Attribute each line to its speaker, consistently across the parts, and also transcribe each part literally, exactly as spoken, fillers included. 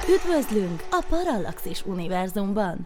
Speaker 1: Üdvözlünk a Parallaxis univerzumban!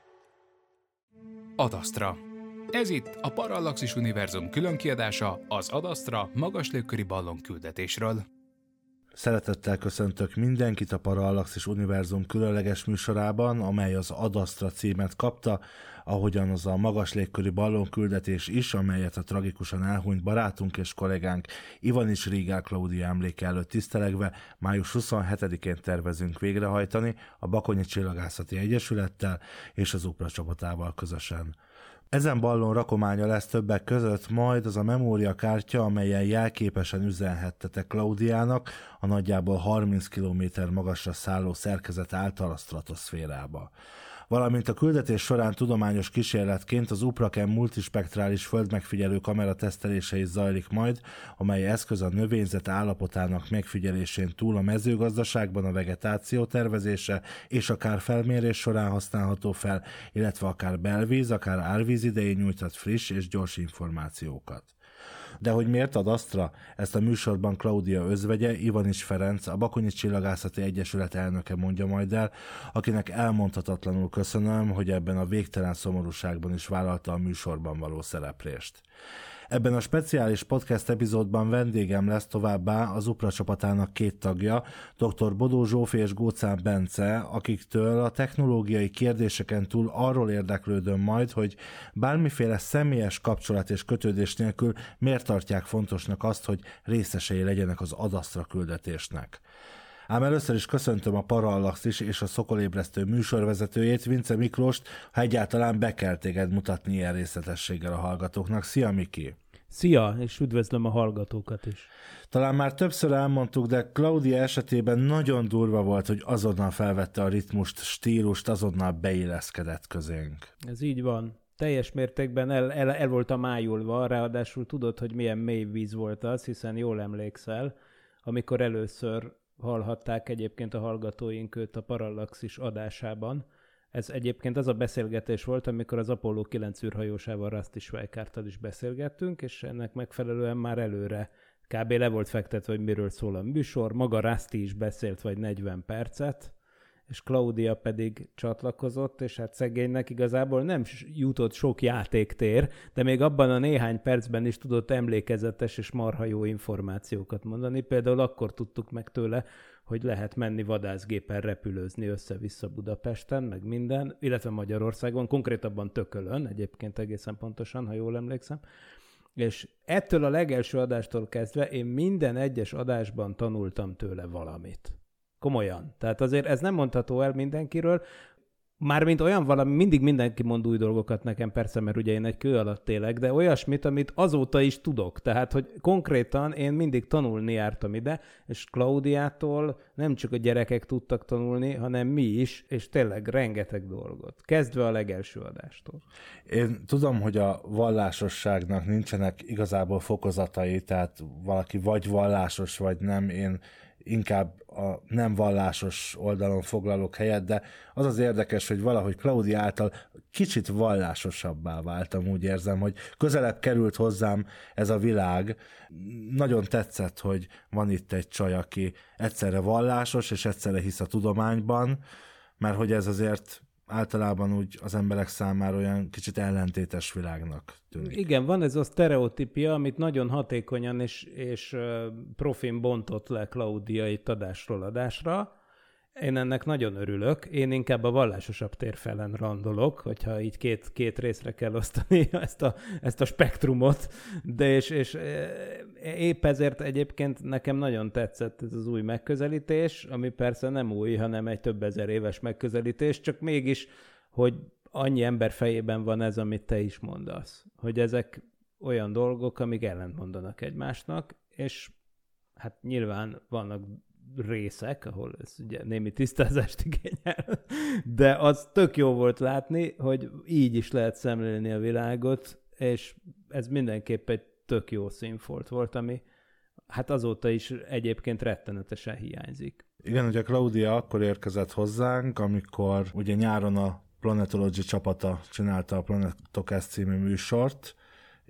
Speaker 2: Ad Astra. Ez itt a Parallaxis univerzum különkiadása az Ad Astra magas légköri ballonküldetésről.
Speaker 3: Szeretettel köszöntök mindenkit a Parallaxis univerzum különleges műsorában, amely az Ad Astra címet kapta, ahogyan az a magas légköri ballonküldetés is, amelyet a tragikusan elhunyt barátunk és kollégánk Ivanics Rigál Klaudia emléke előtt tisztelegve május huszonhetedikén tervezünk végrehajtani a Bakonyi Csillagászati Egyesülettel és az UPRA csapatával közösen. Ezen ballon rakománya lesz többek között majd az a memóriakártya, amelyen jelképesen üzenhettetek Klaudiának a nagyjából harminc kilométer magasra szálló szerkezet által a stratoszférába. Valamint a küldetés során tudományos kísérletként az UPRA-Chem multispektrális földmegfigyelő kamera tesztelése is zajlik majd, amely eszköz a növényzet állapotának megfigyelésén túl a mezőgazdaságban a vegetáció tervezése és akár felmérés során használható fel, illetve akár belvíz, akár árvíz idején nyújthat friss és gyors információkat. De hogy miért Ad Astra? Ezt a műsorban Klaudia özvegye, Ivanics Ferenc, a Bakonyi Csillagászati Egyesület elnöke mondja majd el, akinek elmondhatatlanul köszönöm, hogy ebben a végtelen szomorúságban is vállalta a műsorban való szereplést. Ebben a speciális podcast epizódban vendégem lesz továbbá az UPRA csapatának két tagja, dr. Bodó Zsófi és Góczán Bence, akiktől a technológiai kérdéseken túl arról érdeklődöm majd, hogy bármiféle személyes kapcsolat és kötődés nélkül miért tartják fontosnak azt, hogy részesei legyenek az Ad Astra küldetésnek. Ám először is köszöntöm a Parallaxis és a Szokolébresztő műsorvezetőjét, Vince Miklóst, ha egyáltalán be kell téged mutatni ilyen részletességgel a hallgatóknak. Szia, Miki!
Speaker 4: Szia, és üdvözlöm a hallgatókat is.
Speaker 3: Talán már többször elmondtuk, de Klaudia esetében nagyon durva volt, hogy azonnal felvette a ritmust, stílust, azonnal beilleszkedett közénk.
Speaker 4: Ez így van. Teljes mértékben el, el, el voltam májulva, ráadásul tudod, hogy milyen mély víz volt az, hiszen jól emlékszel, amikor először hallhatták egyébként a hallgatóink őt a Parallaxis adásában. Ez egyébként az a beszélgetés volt, amikor az Apollo kilenc űrhajósával, Rusty Schweikárttal is beszélgettünk, és ennek megfelelően már előre kb. Le volt fektetve, hogy miről szól a műsor. Maga Rusty is beszélt vagy negyven percet, és Klaudia pedig csatlakozott, és hát szegénynek igazából nem jutott sok játéktér, de még abban a néhány percben is tudott emlékezetes és marha jó információkat mondani. Például akkor tudtuk meg tőle, hogy lehet menni vadászgépen repülőzni össze-vissza Budapesten, meg minden, illetve Magyarországon, konkrétabban Tökölön, egyébként egészen pontosan, ha jól emlékszem. És ettől a legelső adástól kezdve én minden egyes adásban tanultam tőle valamit. Komolyan. Tehát azért ez nem mondható el mindenkiről. Mármint olyan valami, mindig mindenki mond új dolgokat nekem, persze, mert ugye én egy kő alatt élek, de olyasmit, amit azóta is tudok. Tehát, hogy konkrétan én mindig tanulni jártam ide, és Klaudiától nem csak a gyerekek tudtak tanulni, hanem mi is, és tényleg rengeteg dolgot. Kezdve a legelső adástól.
Speaker 3: Én tudom, hogy a vallásosságnak nincsenek igazából fokozatai, tehát valaki vagy vallásos, vagy nem. Én inkább a nem vallásos oldalon foglalok helyet, de az az érdekes, hogy valahogy Klaudia által kicsit vallásosabbá váltam, úgy érzem, hogy közelebb került hozzám ez a világ. Nagyon tetszett, hogy van itt egy csaj, aki egyszerre vallásos, és egyszerre hisz a tudományban, mert hogy ez azért általában úgy az emberek számára olyan kicsit ellentétes világnak tűnik.
Speaker 4: Igen, van ez a sztereotípia, amit nagyon hatékonyan és, és profin bontott le Klaudia itt adásról adásra. Én ennek nagyon örülök. Én inkább a vallásosabb térfelen randolok, hogyha így két, két részre kell osztani ezt a, ezt a spektrumot, de és, és épp ezért egyébként nekem nagyon tetszett ez az új megközelítés, ami persze nem új, hanem egy több ezer éves megközelítés, csak mégis, hogy annyi ember fejében van ez, amit te is mondasz, hogy ezek olyan dolgok, amik ellentmondanak egymásnak, és hát nyilván vannak részek, ahol ez ugye némi tisztázást igényel, de az tök jó volt látni, hogy így is lehet szemlélni a világot, és ez mindenképp egy tök jó színfolt volt, ami hát azóta is egyébként rettenetesen hiányzik.
Speaker 3: Igen, ugye Klaudia akkor érkezett hozzánk, amikor ugye nyáron a Planetology csapata csinálta a Planetocast című műsort,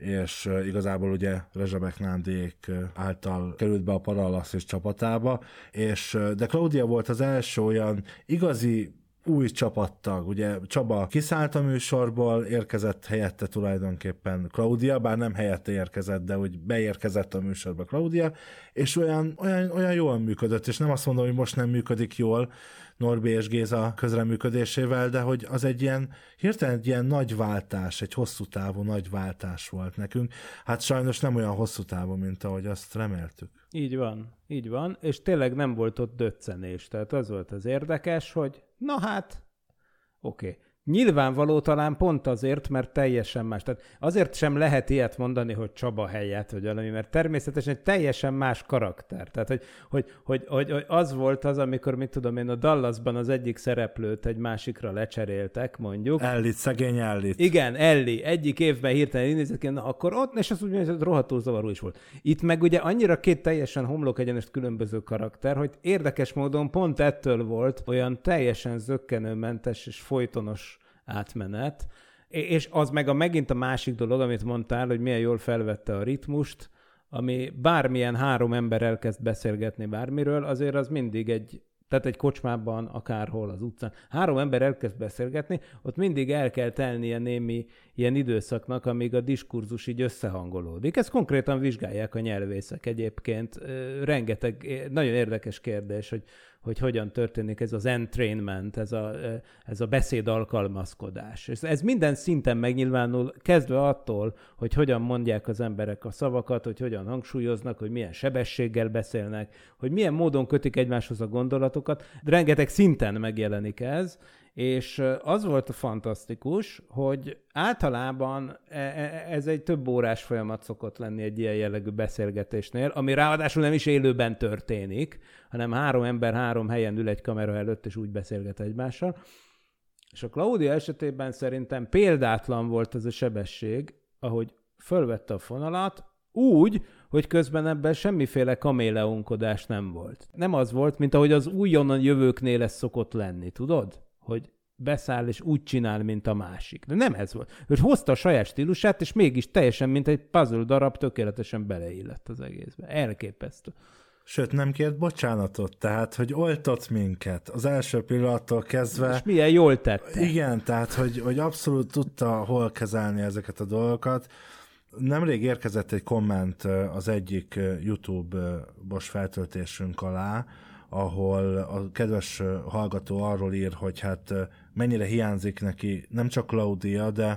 Speaker 3: és igazából ugye Rezsebek Nándiék által került be a Parallaxis csapatába, és de Claudia volt az első olyan igazi új csapattag. Ugye Csaba kiszállt a műsorból, érkezett helyette tulajdonképpen Claudia, bár nem helyette érkezett, de úgy beérkezett a műsorba Claudia, és olyan, olyan, olyan jól működött, és nem azt mondom, hogy most nem működik jól Norbi és Géza közreműködésével, de hogy az egy ilyen, hirtelen egy ilyen nagy váltás, egy hosszú távú nagy váltás volt nekünk. Hát sajnos nem olyan hosszú távú, mint ahogy azt reméltük.
Speaker 4: Így van, így van, és tényleg nem volt ott döccenés, tehát az volt az érdekes, hogy na hát, oké. Okay. Nyilvánvaló talán pont azért, mert teljesen más. Tehát azért sem lehet ilyet mondani, hogy Csaba helyett, vagy valami, mert természetesen egy teljesen más karakter. Tehát, hogy, hogy, hogy, hogy, hogy az volt az, amikor, mit tudom én, a Dallasban az egyik szereplőt egy másikra lecseréltek, mondjuk.
Speaker 3: Ellit, szegény Ellit.
Speaker 4: Igen, Ellie. Egyik évben hirtelen indított ki, na akkor ott, és az úgy mondja, hogy rohadtul zavaró is volt. Itt meg ugye annyira két teljesen homlok egyenest különböző karakter, hogy érdekes módon pont ettől volt olyan teljesen zökkenőmentes és folytonos átmenet, és az meg a megint a másik dolog, amit mondtál, hogy milyen jól felvette a ritmust, ami bármilyen három ember elkezd beszélgetni bármiről, azért az mindig egy, tehát egy kocsmában, akárhol az utcán, három ember elkezd beszélgetni, ott mindig el kell telnie némi ilyen időszaknak, amíg a diskurzus így összehangolódik. Ezt konkrétan vizsgálják a nyelvészek egyébként. Rengeteg, nagyon érdekes kérdés, hogy hogy hogyan történik ez az entrainment, ez a, ez a beszédalkalmazkodás. És ez minden szinten megnyilvánul, kezdve attól, hogy hogyan mondják az emberek a szavakat, hogy hogyan hangsúlyoznak, hogy milyen sebességgel beszélnek, hogy milyen módon kötik egymáshoz a gondolatokat. De rengeteg szinten megjelenik ez, és az volt a fantasztikus, hogy általában ez egy több órás folyamat szokott lenni egy ilyen jellegű beszélgetésnél, ami ráadásul nem is élőben történik, hanem három ember három helyen ül egy kamera előtt, és úgy beszélget egymással. És a Claudia esetében szerintem példátlan volt ez a sebesség, ahogy fölvette a fonalat, úgy, hogy közben ebben semmiféle kaméleonkodás nem volt. Nem az volt, mint ahogy az újonnan jövőknél ez szokott lenni, tudod? Hogy beszáll és úgy csinál, mint a másik. De nem ez volt. Ő hozta a saját stílusát, és mégis teljesen, mint egy puzzle darab, tökéletesen beleillett az egészbe. Elképesztő.
Speaker 3: Sőt, nem kért bocsánatot, tehát, hogy oltott minket az első pillanattól kezdve.
Speaker 4: És milyen jól tette.
Speaker 3: Igen, tehát, hogy, hogy abszolút tudta hol kezelni ezeket a dolgokat. Nemrég érkezett egy komment az egyik YouTube-os feltöltésünk alá, ahol a kedves hallgató arról ír, hogy hát mennyire hiányzik neki nem csak Claudia, de,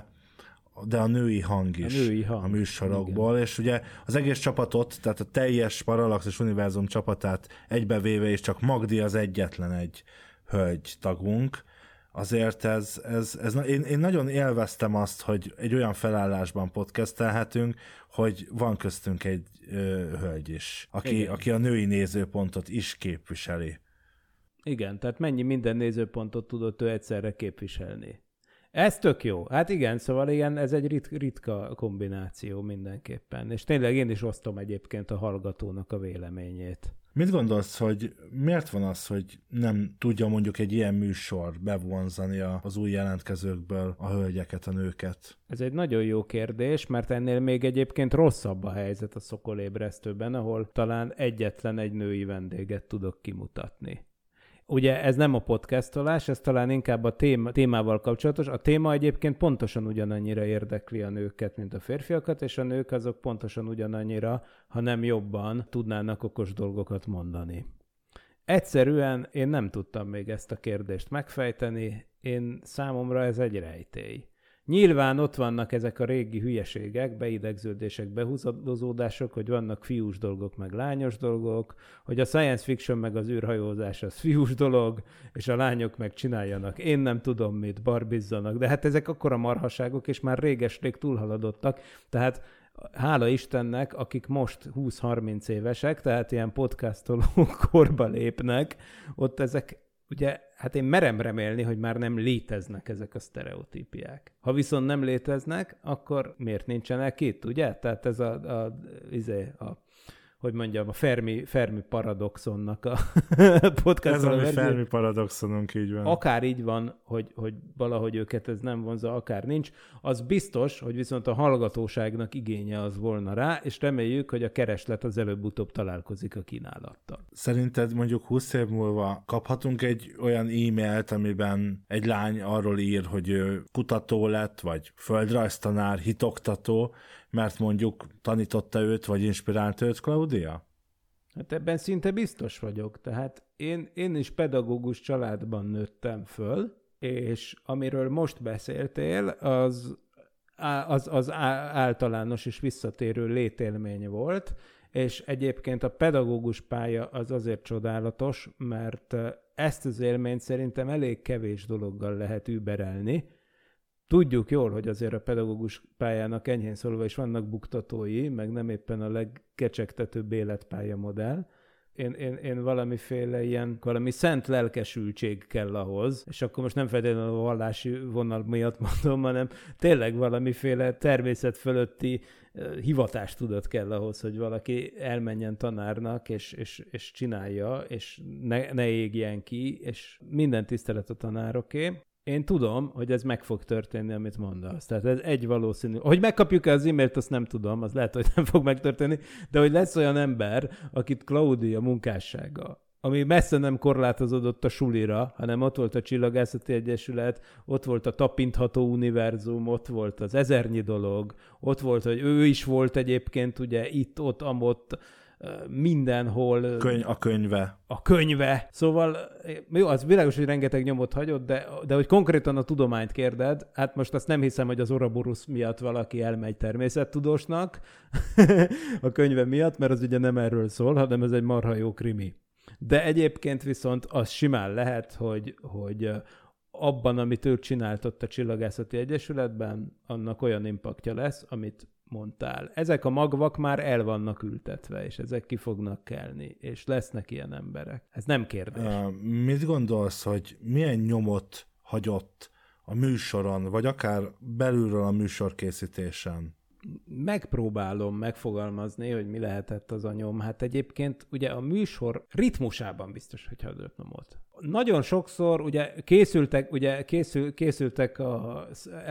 Speaker 3: de a női hang is a, női hang. a műsorokból, igen. És ugye az egész csapatot, tehát a teljes Parallaxis univerzum csapatát egybevéve, és csak Magdi az egyetlen egy hölgy tagunk, azért ez, ez, ez én, én nagyon élveztem azt, hogy egy olyan felállásban podcastelhetünk, hogy van köztünk egy ö, hölgy is, aki, aki a női nézőpontot is képviseli.
Speaker 4: Igen, tehát mennyi minden nézőpontot tudott ő egyszerre képviselni. Ez tök jó. Hát igen, szóval igen, ez egy rit- ritka kombináció mindenképpen. És tényleg én is osztom egyébként a hallgatónak a véleményét.
Speaker 3: Mit gondolsz, hogy miért van az, hogy nem tudja mondjuk egy ilyen műsor bevonzani az új jelentkezőkből a hölgyeket, a nőket?
Speaker 4: Ez egy nagyon jó kérdés, mert ennél még egyébként rosszabb a helyzet a Szokolébresztőben, ahol talán egyetlen egy női vendéget tudok kimutatni. Ugye ez nem a podcastolás, ez talán inkább a téma, témával kapcsolatos. A téma egyébként pontosan ugyanannyira érdekli a nőket, mint a férfiakat, és a nők azok pontosan ugyanannyira, ha nem jobban tudnának okos dolgokat mondani. Egyszerűen én nem tudtam még ezt a kérdést megfejteni, én számomra ez egy rejtély. Nyilván ott vannak ezek a régi hülyeségek, beidegződések, behúzódások, hogy vannak fiús dolgok, meg lányos dolgok, hogy a science fiction meg az űrhajózás az fiús dolog, és a lányok meg csináljanak, én nem tudom mit, barbizzanak, de hát ezek akkora marhaságok, és már réges-rég túlhaladottak, tehát hála Istennek, akik most húsz-harminc évesek, tehát ilyen podcastoló korba lépnek, ott ezek ugye, hát én merem remélni, hogy már nem léteznek ezek a sztereotípiák. Ha viszont nem léteznek, akkor miért nincsenek itt, ugye? Tehát ez a, a, izé, a hogy mondjam, a Fermi, Fermi paradoxonnak a podcast.
Speaker 3: Ez a mi Fermi paradoxonunk, így van.
Speaker 4: Akár így van, hogy, hogy valahogy őket ez nem vonza, akár nincs. Az biztos, hogy viszont a hallgatóságnak igénye az volna rá, és reméljük, hogy a kereslet az előbb-utóbb találkozik a kínálattal.
Speaker 3: Szerinted mondjuk húsz év múlva kaphatunk egy olyan e-mailt, amiben egy lány arról ír, hogy ő kutató lett, vagy földrajztanár, hitoktató, mert mondjuk tanította őt, vagy inspirálta őt Claudia?
Speaker 4: Hát ebben szinte biztos vagyok. Tehát én, én is pedagógus családban nőttem föl, és amiről most beszéltél, az, az, az általános és visszatérő létélmény volt, és egyébként a pedagógus pálya az azért csodálatos, mert ezt az élményt szerintem elég kevés dologgal lehet überelni. Tudjuk jól, hogy azért a pedagógus pályának enyhén szólva is vannak buktatói, meg nem éppen a legkecsegtetőbb életpálya modell. Én, én, én valamiféle ilyen, valami szent lelkesültség kell ahhoz, és akkor most nem feltétlenül a vallási vonal miatt mondom, hanem tényleg valamiféle természet fölötti hivatástudat kell ahhoz, hogy valaki elmenjen tanárnak, és, és, és csinálja, és ne, ne égjen ki, és minden tisztelet a tanároké. Én tudom, hogy ez meg fog történni, amit mondasz. Tehát ez egy valószínű. Hogy megkapjuk-e az e-mailt, azt nem tudom, az lehet, hogy nem fog megtörténni, de hogy lesz olyan ember, akit Claudia munkássága, ami messze nem korlátozódott a sulira, hanem ott volt a Csillagászati Egyesület, ott volt a tapintható univerzum, ott volt az ezernyi dolog, ott volt, hogy ő is volt egyébként ugye itt, ott, amott, mindenhol.
Speaker 3: Köny- a könyve.
Speaker 4: A könyve. Szóval, jó, az világos, hogy rengeteg nyomot hagyott, de, de hogy konkrétan a tudományt kérded, hát most azt nem hiszem, hogy az Ouroboros miatt valaki elmegy természettudósnak a könyve miatt, mert az ugye nem erről szól, hanem ez egy marha jó krimi. De egyébként viszont az simán lehet, hogy, hogy abban, amit ők csináltott a Csillagászati Egyesületben, annak olyan impaktja lesz, amit mondtál. Ezek a magvak már el vannak ültetve, és ezek ki fognak kelni, és lesznek ilyen emberek. Ez nem kérdés.
Speaker 3: Uh, mit gondolsz, hogy milyen nyomot hagyott a műsoron, vagy akár belülről a műsorkészítésen?
Speaker 4: Megpróbálom megfogalmazni, hogy mi lehetett az a nyom. Hát egyébként ugye a műsor ritmusában biztos, hogy hagyott nyomot. Nagyon sokszor ugye készültek, ugye készül, készültek a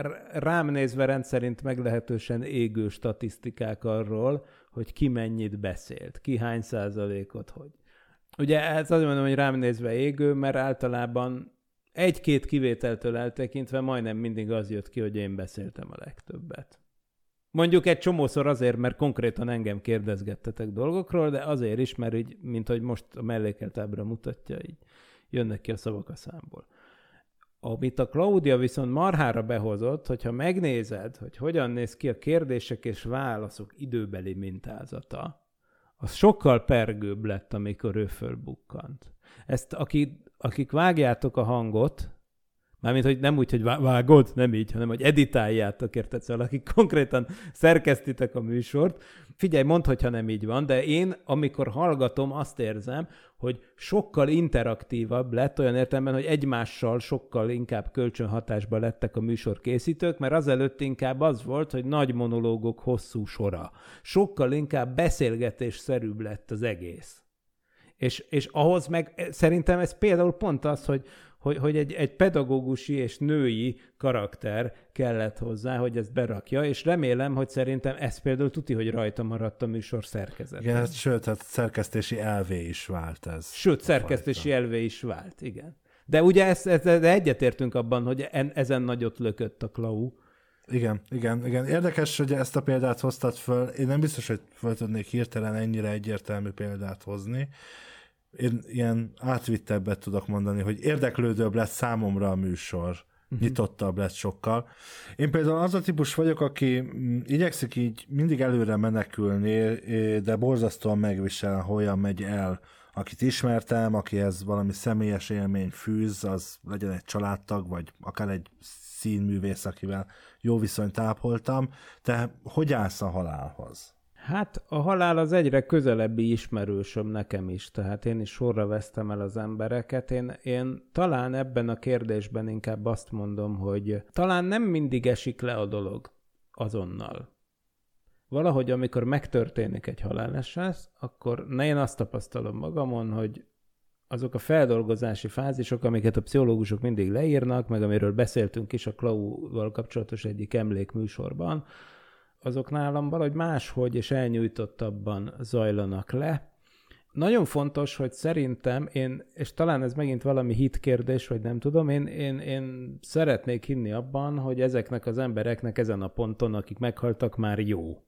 Speaker 4: rám nézve rendszerint meglehetősen égő statisztikák arról, hogy ki mennyit beszélt, ki hány százalékot, hogy. Ugye ez azért mondom, hogy rám nézve égő, mert általában egy-két kivételtől eltekintve majdnem mindig az jött ki, hogy én beszéltem a legtöbbet. Mondjuk egy csomószor azért, mert konkrétan engem kérdezgettetek dolgokról, de azért is, mert így, mint ahogy most a mellékelt ábra mutatja, így jönnek ki a szavak a számból. Amit a Claudia viszont marhára behozott, hogyha megnézed, hogy hogyan néz ki a kérdések és válaszok időbeli mintázata, az sokkal pergőbb lett, amikor ő fölbukkant. Ezt, akik, akik vágjátok a hangot, mármint, hogy nem úgy, hogy vágod, nem így, hanem hogy editáljátok, érted? Szóval akik konkrétan szerkesztitek a műsort, figyelj, mondd, hogyha nem így van, de én, amikor hallgatom, azt érzem, hogy sokkal interaktívabb lett, olyan értelemben, hogy egymással sokkal inkább kölcsönhatásban lettek a műsorkészítők, mert azelőtt inkább az volt, hogy nagy monológok hosszú sora. Sokkal inkább beszélgetésszerűbb lett az egész. És, és ahhoz meg szerintem ez például pont az, hogy hogy, hogy egy, egy pedagógusi és női karakter kellett hozzá, hogy ezt berakja, és remélem, hogy szerintem ez például tuti, hogy rajta maradt a műsor szerkezet.
Speaker 3: Igen, hát, sőt, hát szerkesztési elvé is vált ez.
Speaker 4: Sőt, szerkesztési elvé is vált, igen. De ugye ezt, ezt, de egyetértünk abban, hogy en, ezen nagyot lökött a Klau.
Speaker 3: Igen, igen, igen. Érdekes, hogy ezt a példát hoztad föl. Én nem biztos, hogy föl tudnék hirtelen ennyire egyértelmű példát hozni. Én ilyen átvittebbet tudok mondani, hogy érdeklődőbb lett számomra a műsor. Uh-huh. Nyitottabb lett sokkal. Én például az a típus vagyok, aki igyekszik így mindig előre menekülni, de borzasztóan megvisel, hogyan megy el. Akit ismertem, akihez valami személyes élmény fűz, az legyen egy családtag, vagy akár egy színművész, akivel jó viszonyt ápoltam. Te hogy állsz a halálhoz?
Speaker 4: Hát a halál az egyre közelebbi ismerősöm nekem is, tehát én is sorra vesztem el az embereket. Én, én talán ebben a kérdésben inkább azt mondom, hogy talán nem mindig esik le a dolog azonnal. valahogy amikor megtörténik egy haláleset, akkor ne én azt tapasztalom magamon, hogy azok a feldolgozási fázisok, amiket a pszichológusok mindig leírnak, meg amiről beszéltünk is a Klau-val kapcsolatos egyik emlékműsorban, azok nálam valahogy máshogy és elnyújtottabban zajlanak le. Nagyon fontos, hogy szerintem én, és talán ez megint valami hitkérdés, vagy nem tudom, én, én, én szeretnék hinni abban, hogy ezeknek az embereknek ezen a ponton, akik meghaltak, már jó.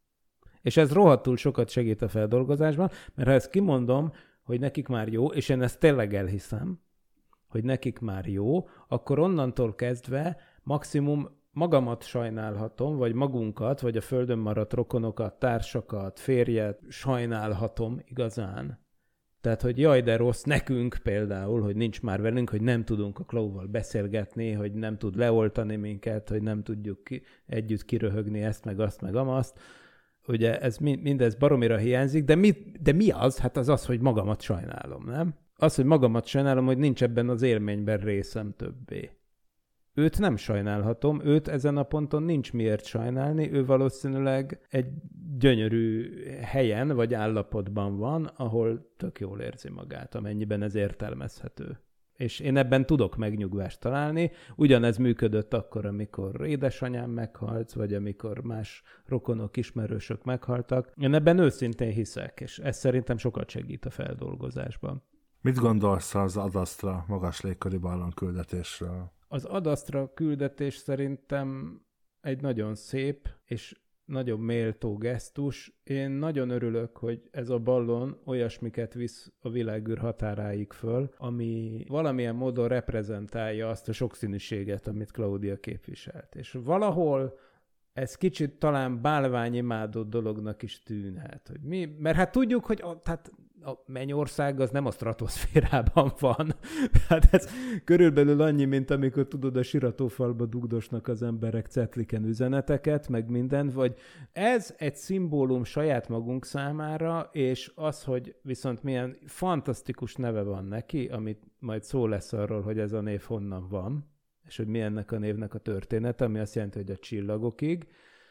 Speaker 4: És ez rohadtul sokat segít a feldolgozásban, mert ha ezt kimondom, hogy nekik már jó, és én ezt tényleg elhiszem, hogy nekik már jó, akkor onnantól kezdve maximum magamat sajnálhatom, vagy magunkat, vagy a földön maradt rokonokat, társakat, férjet sajnálhatom igazán. Tehát, hogy jaj, de rossz nekünk például, hogy nincs már velünk, hogy nem tudunk a Klauval beszélgetni, hogy nem tud leoltani minket, hogy nem tudjuk ki, együtt kiröhögni ezt, meg azt, meg amazt. Ugye ez mindez baromira hiányzik, de mi, de mi az? Hát az az, hogy magamat sajnálom, nem? Az, hogy magamat sajnálom, hogy nincs ebben az élményben részem többé. Őt nem sajnálhatom, őt ezen a ponton nincs miért sajnálni, ő valószínűleg egy gyönyörű helyen vagy állapotban van, ahol tök jól érzi magát, amennyiben ez értelmezhető. És én ebben tudok megnyugvást találni. Ugyanez működött akkor, amikor édesanyám meghalt, vagy amikor más rokonok, ismerősök meghaltak. Én ebben őszintén hiszek, és ez szerintem sokat segít a feldolgozásban.
Speaker 3: Mit gondolsz az Adasztra magas légköri ballon küldetésről?
Speaker 4: Az Adasztra küldetés szerintem egy nagyon szép és nagyon méltó gesztus. Én nagyon örülök, hogy ez a ballon olyasmiket visz a világűr határáig föl, ami valamilyen módon reprezentálja azt a sokszínűséget, amit Claudia képviselt. És valahol ez kicsit talán bálványimádó dolognak is tűnhet. Hogy mi? Mert hát tudjuk, hogy a, tehát a mennyország az nem a stratoszférában van. Hát ez körülbelül annyi, mint amikor tudod, a siratófalba dugdosnak az emberek cetliken üzeneteket, meg mindent, vagy ez egy szimbólum saját magunk számára, és az, hogy viszont milyen fantasztikus neve van neki, amit majd szó lesz arról, hogy ez a név honnan van, és hogy mi ennek a névnek a története, ami azt jelenti, hogy a csillagokig.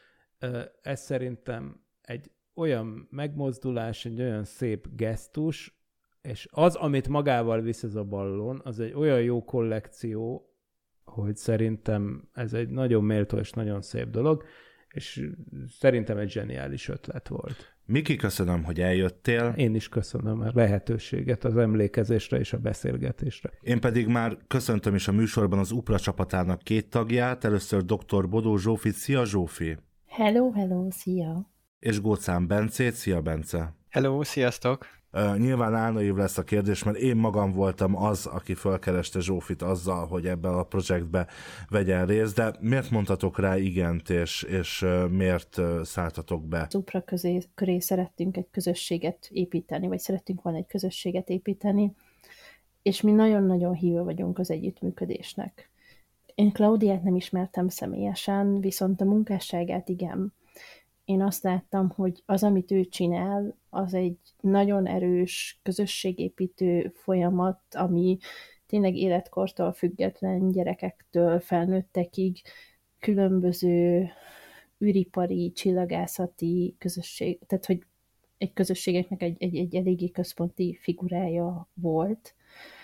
Speaker 4: Ez szerintem egy olyan megmozdulás, egy olyan szép gesztus, és az, amit magával visz ez a ballon, az egy olyan jó kollekció, hogy szerintem ez egy nagyon méltó és nagyon szép dolog, és szerintem egy zseniális ötlet volt.
Speaker 3: Miki, köszönöm, hogy eljöttél.
Speaker 4: Én is köszönöm a lehetőséget az emlékezésre és a beszélgetésre.
Speaker 3: Én pedig már köszöntöm is a műsorban az UPRA csapatának két tagját, először doktor Bodó Zsófit. Szia, Zsófi!
Speaker 1: Hello, hello, szia!
Speaker 3: És Gócán Bencét. Szia, Bence!
Speaker 5: Hello, sziasztok!
Speaker 3: Uh, nyilván álnaív lesz a kérdés, mert én magam voltam az, aki felkereste Zsófit azzal, hogy ebben a projektbe vegyen részt, de miért mondtatok rá igent, és, és uh, miért uh, szálltatok be?
Speaker 6: Az UPRA közé, köré szerettünk egy közösséget építeni, vagy szerettünk volna egy közösséget építeni, és mi nagyon-nagyon hívő vagyunk az együttműködésnek. Én Klaudiát nem ismertem személyesen, viszont a munkásságát igen. Én azt láttam, hogy az, amit ő csinál, az egy nagyon erős közösségépítő folyamat, ami tényleg életkortól független gyerekektől felnőttekig különböző űripari, csillagászati közösség, tehát hogy egy közösségeknek egy, egy, egy eléggé központi figurája volt.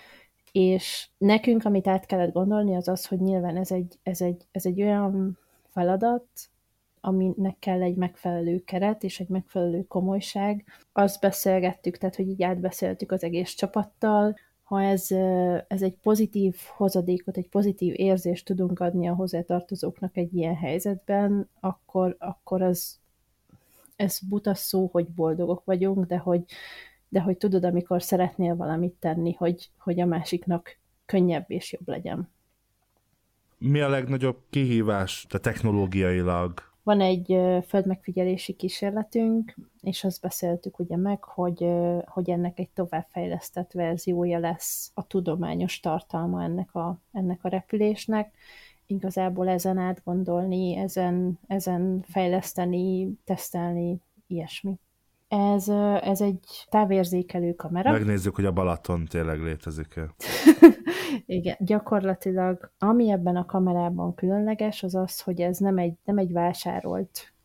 Speaker 6: És nekünk, amit át kellett gondolni, az az, hogy nyilván ez egy, ez egy, ez egy olyan feladat, aminek kell egy megfelelő keret és egy megfelelő komolyság. Azt beszélgettük, tehát hogy így átbeszéltük az egész csapattal, ha ez, ez egy pozitív hozadékot, egy pozitív érzést tudunk adni a hozzátartozóknak egy ilyen helyzetben, akkor, akkor az, ez buta szó, hogy boldogok vagyunk, de hogy, de hogy tudod, amikor szeretnél valamit tenni, hogy, hogy a másiknak könnyebb és jobb legyen.
Speaker 3: Mi a legnagyobb kihívás te technológiailag?
Speaker 6: Van egy földmegfigyelési kísérletünk, és azt beszéltük ugye meg, hogy, hogy ennek egy továbbfejlesztett verziója lesz a tudományos tartalma ennek a, ennek a repülésnek. Igazából ezen átgondolni, ezen, ezen fejleszteni, tesztelni, ilyesmi. Ez, ez egy távérzékelő kamera.
Speaker 3: Megnézzük, hogy a Balaton tényleg létezik-e.
Speaker 6: Igen, gyakorlatilag ami ebben a kamerában különleges, az az, hogy ez nem egy, nem egy vásárolt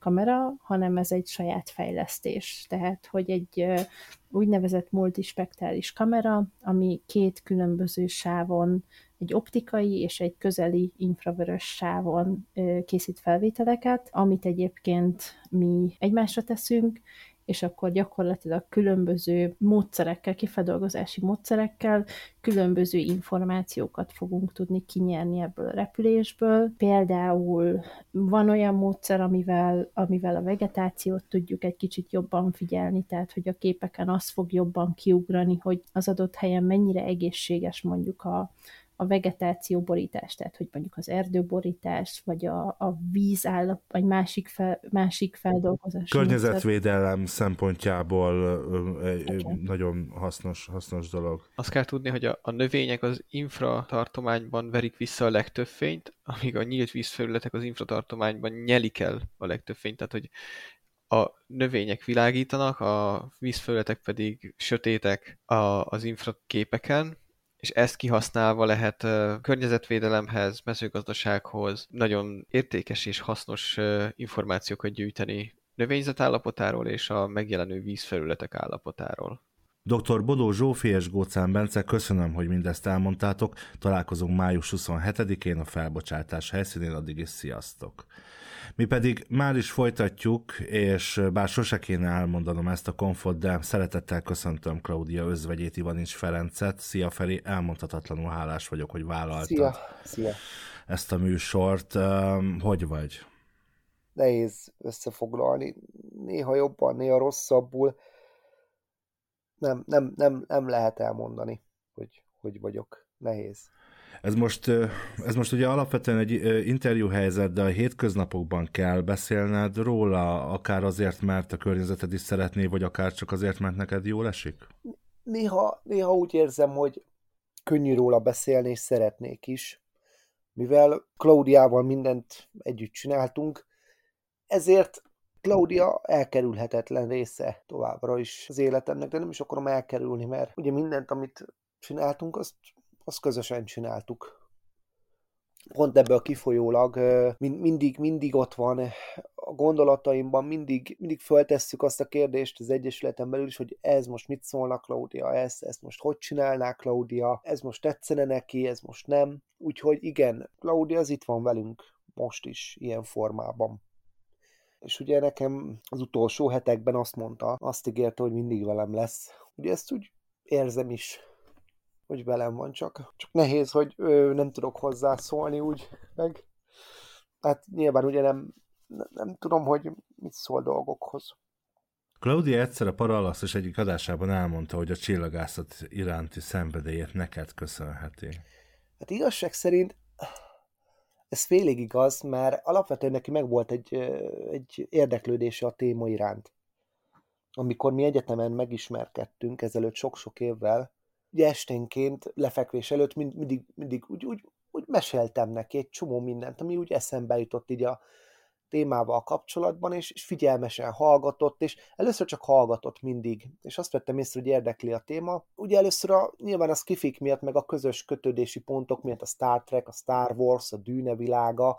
Speaker 6: kamera, hanem ez egy saját fejlesztés. Tehát, hogy egy úgynevezett multispektrális kamera, ami két különböző sávon, egy optikai és egy közeli infravörös sávon készít felvételeket, amit egyébként mi egymásra teszünk, és akkor gyakorlatilag különböző módszerekkel, kifeldolgozási módszerekkel különböző információkat fogunk tudni kinyerni ebből a repülésből. Például van olyan módszer, amivel, amivel a vegetációt tudjuk egy kicsit jobban figyelni, tehát hogy a képeken az fog jobban kiugrani, hogy az adott helyen mennyire egészséges mondjuk a a vegetációborítás, tehát hogy mondjuk az erdőborítás, vagy a, a vízállap, vagy másik, fel, másik feldolgozás.
Speaker 3: Környezetvédelem módszer. Szempontjából okay. Nagyon hasznos, hasznos dolog.
Speaker 5: Azt kell tudni, hogy a, a növények az infratartományban verik vissza a legtöbb fényt, amíg a nyílt vízfelületek az infratartományban nyelik el a legtöbb fényt, tehát hogy a növények világítanak, a vízfelületek pedig sötétek a, az infraképeken, és ezt kihasználva lehet uh, környezetvédelemhez, mezőgazdasághoz nagyon értékes és hasznos uh, információkat gyűjteni növényzet állapotáról és a megjelenő vízfelületek állapotáról.
Speaker 3: doktor Bodó Zsófi és Góczán Bence, köszönöm, hogy mindezt elmondtátok. Találkozunk május huszonhetedikén a felbocsátás helyszínén, addig is sziasztok! Mi pedig már is folytatjuk, és bár sose kéne elmondanom ezt a konfot, de szeretettel köszöntöm Klaudia özvegyét, Ivanics Ferencet. Szia Feri, elmondhatatlanul hálás vagyok, hogy vállaltad
Speaker 7: Szia. Szia.
Speaker 3: ezt a műsort. Hogy vagy?
Speaker 7: Nehéz összefoglalni. Néha jobban, néha rosszabbul. Nem, nem, nem, nem lehet elmondani, hogy hogy vagyok. Nehéz.
Speaker 3: Ez most, ez most ugye alapvetően egy interjúhelyzet, de a hétköznapokban kell beszélned róla, akár azért, mert a környezeted is szeretné, vagy akár csak azért, mert neked jól esik?
Speaker 7: Néha, néha úgy érzem, hogy könnyű róla beszélni, és szeretnék is. Mivel Klaudiával mindent együtt csináltunk, ezért Klaudia elkerülhetetlen része továbbra is az életemnek, de nem is akarom elkerülni, mert ugye mindent, amit csináltunk, azt azt közösen csináltuk. Pont ebből kifolyólag mindig, mindig ott van a gondolataimban, mindig, mindig föltesszük azt a kérdést az Egyesületen belül is, hogy ez most mit szólna Klaudia, ez, ezt most hogy csinálná Klaudia, ez most tetszene neki, ez most nem. Úgyhogy igen, Klaudia az itt van velünk most is ilyen formában. És ugye nekem az utolsó hetekben azt mondta, azt ígérte, hogy mindig velem lesz. Ugye ezt úgy érzem is, hogy velem van, csak, csak nehéz, hogy ö, nem tudok hozzászólni úgy, meg hát nyilván ugye nem, nem, nem tudom, hogy mit szól dolgokhoz.
Speaker 3: Klaudia egyszer a Parallaxis egyik adásában elmondta, hogy a csillagászat iránti szenvedélyét neked köszönheti.
Speaker 7: Hát igazság szerint ez félig igaz, mert alapvetően neki megvolt egy, egy érdeklődése a téma iránt. Amikor mi egyetemen megismerkedtünk ezelőtt sok-sok évvel, ugye esténként, lefekvés előtt mind, mindig, mindig úgy, úgy, úgy meséltem neki egy csomó mindent, ami úgy eszembe jutott így a témával kapcsolatban, és, és figyelmesen hallgatott, és először csak hallgatott mindig, és azt vettem észre, hogy érdekli a téma. Ugye először a, nyilván a skifik miatt, meg a közös kötődési pontok miatt a Star Trek, a Star Wars, a Dűne világa,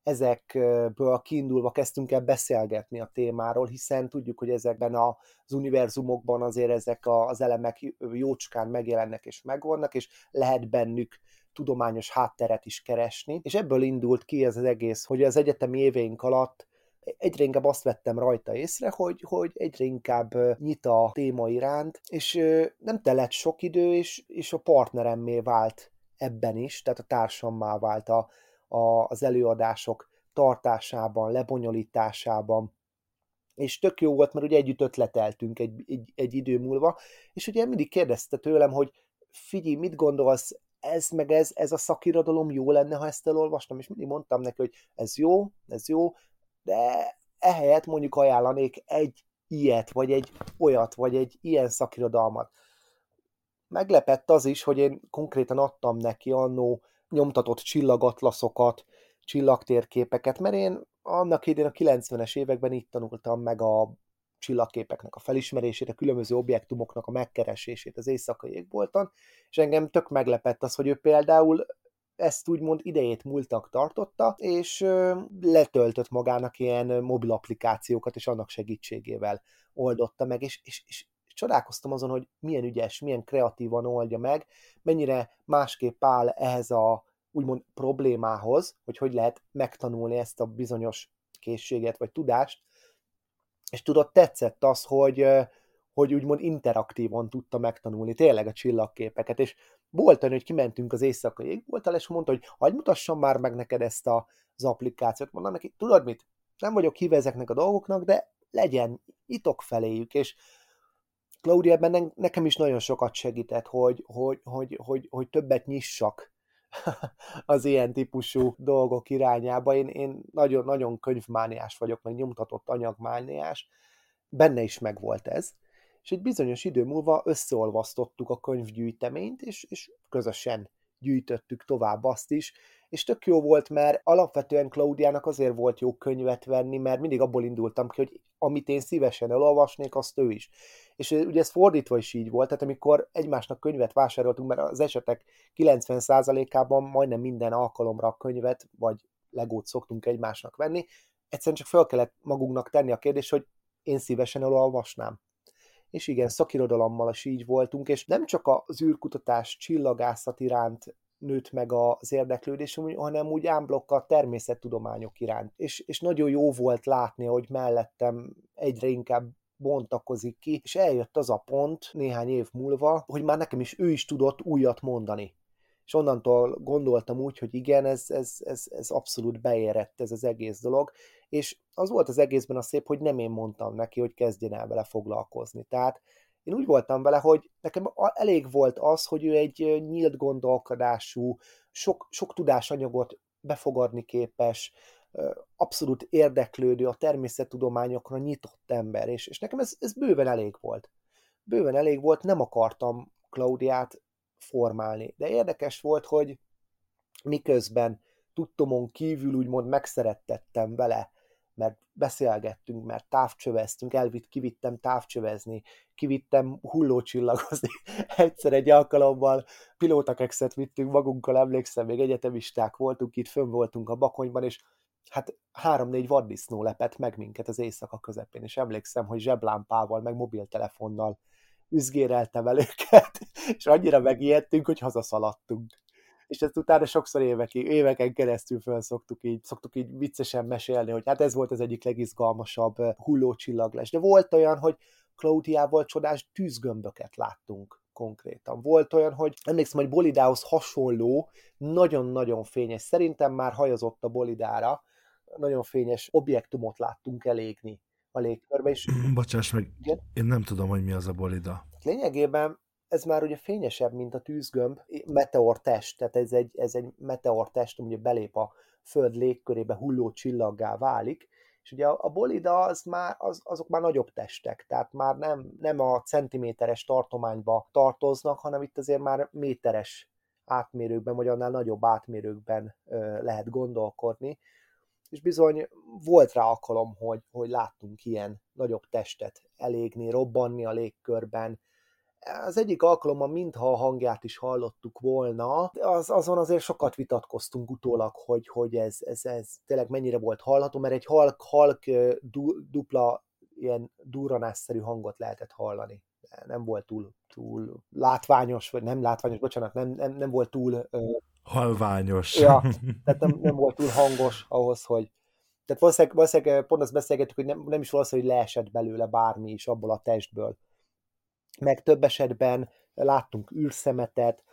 Speaker 7: ezekből kiindulva kezdtünk el beszélgetni a témáról, hiszen tudjuk, hogy ezekben az univerzumokban azért ezek az elemek jócskán megjelennek és megvannak, és lehet bennük tudományos hátteret is keresni, és ebből indult ki ez az egész, hogy az egyetemi éveink alatt egyre inkább azt vettem rajta észre, hogy, hogy egyre inkább nyit a téma iránt, és nem telett sok idő, és, és a partneremmé vált ebben is, tehát a társammá vált a az előadások tartásában, lebonyolításában, és tök jó volt, mert ugye együtt ötleteltünk egy, egy, egy idő múlva, és ugye mindig kérdezte tőlem, hogy figyelj, mit gondolsz, ez meg ez, ez a szakirodalom jó lenne, ha ezt elolvastam, és mindig mondtam neki, hogy ez jó, ez jó, de ehelyett mondjuk ajánlanék egy ilyet, vagy egy olyat, vagy egy ilyen szakirodalmat. Meglepett az is, hogy én konkrétan adtam neki annó nyomtatott csillagatlaszokat, csillagtérképeket, mert én annak idén a kilencvenes években így tanultam meg a csillagképeknek a felismerését, a különböző objektumoknak a megkeresését az éjszakai égbolton, és engem tök meglepett az, hogy ő például ezt úgymond idejét múltnak tartotta, és ö, letöltött magának ilyen mobil applikációkat, és annak segítségével oldotta meg, és, és, és csodálkoztam azon, hogy milyen ügyes, milyen kreatívan oldja meg, mennyire másképp áll ehhez a úgymond problémához, hogy hogy lehet megtanulni ezt a bizonyos készséget vagy tudást, és tudod, tetszett az, hogy, hogy úgymond interaktívan tudta megtanulni tényleg a csillagképeket, és volt olyan, hogy kimentünk az éjszakai égbolttal, és mondta, hogy hagyd mutassam már meg neked ezt a, az applikációt. Mondom neki, tudod mit, nem vagyok híve ezeknek a dolgoknak, de legyen, itok feléjük, és Claudia ebben nekem is nagyon sokat segített, hogy, hogy, hogy, hogy, hogy többet nyissak az ilyen típusú dolgok irányába. Én, én nagyon, nagyon könyvmániás vagyok, meg nyomtatott anyagmániás. Benne is megvolt ez. És egy bizonyos idő múlva összeolvasztottuk a könyvgyűjteményt, és, és közösen gyűjtöttük tovább azt is, és tök jó volt, mert alapvetően Claudiának azért volt jó könyvet venni, mert mindig abból indultam ki, hogy amit én szívesen elolvasnék, azt ő is. És ugye ez fordítva is így volt, tehát amikor egymásnak könyvet vásároltunk, mert az esetek kilencven százalékában majdnem minden alkalomra a könyvet, vagy legót szoktunk egymásnak venni, egyszerűen csak fel kellett magunknak tenni a kérdést, hogy én szívesen elolvasnám. És igen, szakirodalommal is így voltunk, és nem csak az űrkutatás, csillagászat iránt nőtt meg az érdeklődésem, hanem úgy ámblokk a természettudományok iránt. És, és nagyon jó volt látni, hogy mellettem egyre inkább bontakozik ki, és eljött az a pont néhány év múlva, hogy már nekem is ő is tudott újat mondani. És onnantól gondoltam úgy, hogy igen, ez, ez, ez, ez abszolút beérett ez az egész dolog, és az volt az egészben a szép, hogy nem én mondtam neki, hogy kezdjen el vele foglalkozni. Tehát én úgy voltam vele, hogy nekem elég volt az, hogy ő egy nyílt gondolkodású, sok, sok tudásanyagot befogadni képes, abszolút érdeklődő, a természettudományokra nyitott ember, és, és nekem ez, ez bőven elég volt. Bőven elég volt, nem akartam Claudiát formálni. De érdekes volt, hogy miközben tudtomon kívül úgymond megszerettettem vele, mert beszélgettünk, mert távcsöveztünk, elvitt, kivittem távcsövezni, kivittem hullócsillagozni. Egyszer egy alkalommal pilótakekszet vittünk magunkkal, emlékszem, még egyetemisták voltunk, itt fönn voltunk a Bakonyban, és hát három-négy vaddisznó lepett meg minket az éjszaka közepén, és emlékszem, hogy zseblámpával, meg mobiltelefonnal üzgéreltem el őket, és annyira megijedtünk, hogy hazaszaladtunk. És ezt utána sokszor évekig, éveken keresztül föl szoktuk így, szoktuk így viccesen mesélni, hogy hát ez volt az egyik legizgalmasabb hullócsillaglás. De volt olyan, hogy Claudiával csodás tűzgömböket láttunk konkrétan. Volt olyan, hogy emlékszem, hogy Bolidához hasonló, nagyon-nagyon fényes, szerintem már hajazott a Bolidára, nagyon fényes objektumot láttunk elégni a légkörbe. És...
Speaker 3: Bocsáss meg, igen? Én nem tudom, hogy mi az a Bolida.
Speaker 7: Lényegében ez már ugye fényesebb, mint a tűzgömb, meteortest, tehát ez egy, ez egy meteortest, ugye belép a Föld légkörébe, hulló csillaggá válik, és ugye a, a bolida az már, az, azok már nagyobb testek, tehát már nem, nem a centiméteres tartományba tartoznak, hanem itt azért már méteres átmérőkben, vagy annál nagyobb átmérőkben ö, lehet gondolkodni, és bizony volt rá alkalom, hogy, hogy láttunk ilyen nagyobb testet elégni, robbanni a légkörben. Az egyik alkalommal, mintha a hangját is hallottuk volna, az, azon azért sokat vitatkoztunk utólag, hogy, hogy ez, ez, ez tényleg mennyire volt hallható, mert egy halk, halk du, dupla ilyen durranásszerű hangot lehetett hallani. Nem volt túl, túl látványos, vagy nem látványos, bocsánat, nem, nem, nem volt túl... Uh,
Speaker 3: halványos.
Speaker 7: Ja, tehát nem, nem volt túl hangos ahhoz, hogy... Tehát valószínűleg, valószínűleg pont azt beszélgettük, hogy nem, nem is valószínű, hogy leesett belőle bármi is abból a testből. Meg több esetben láttunk űrszemetet,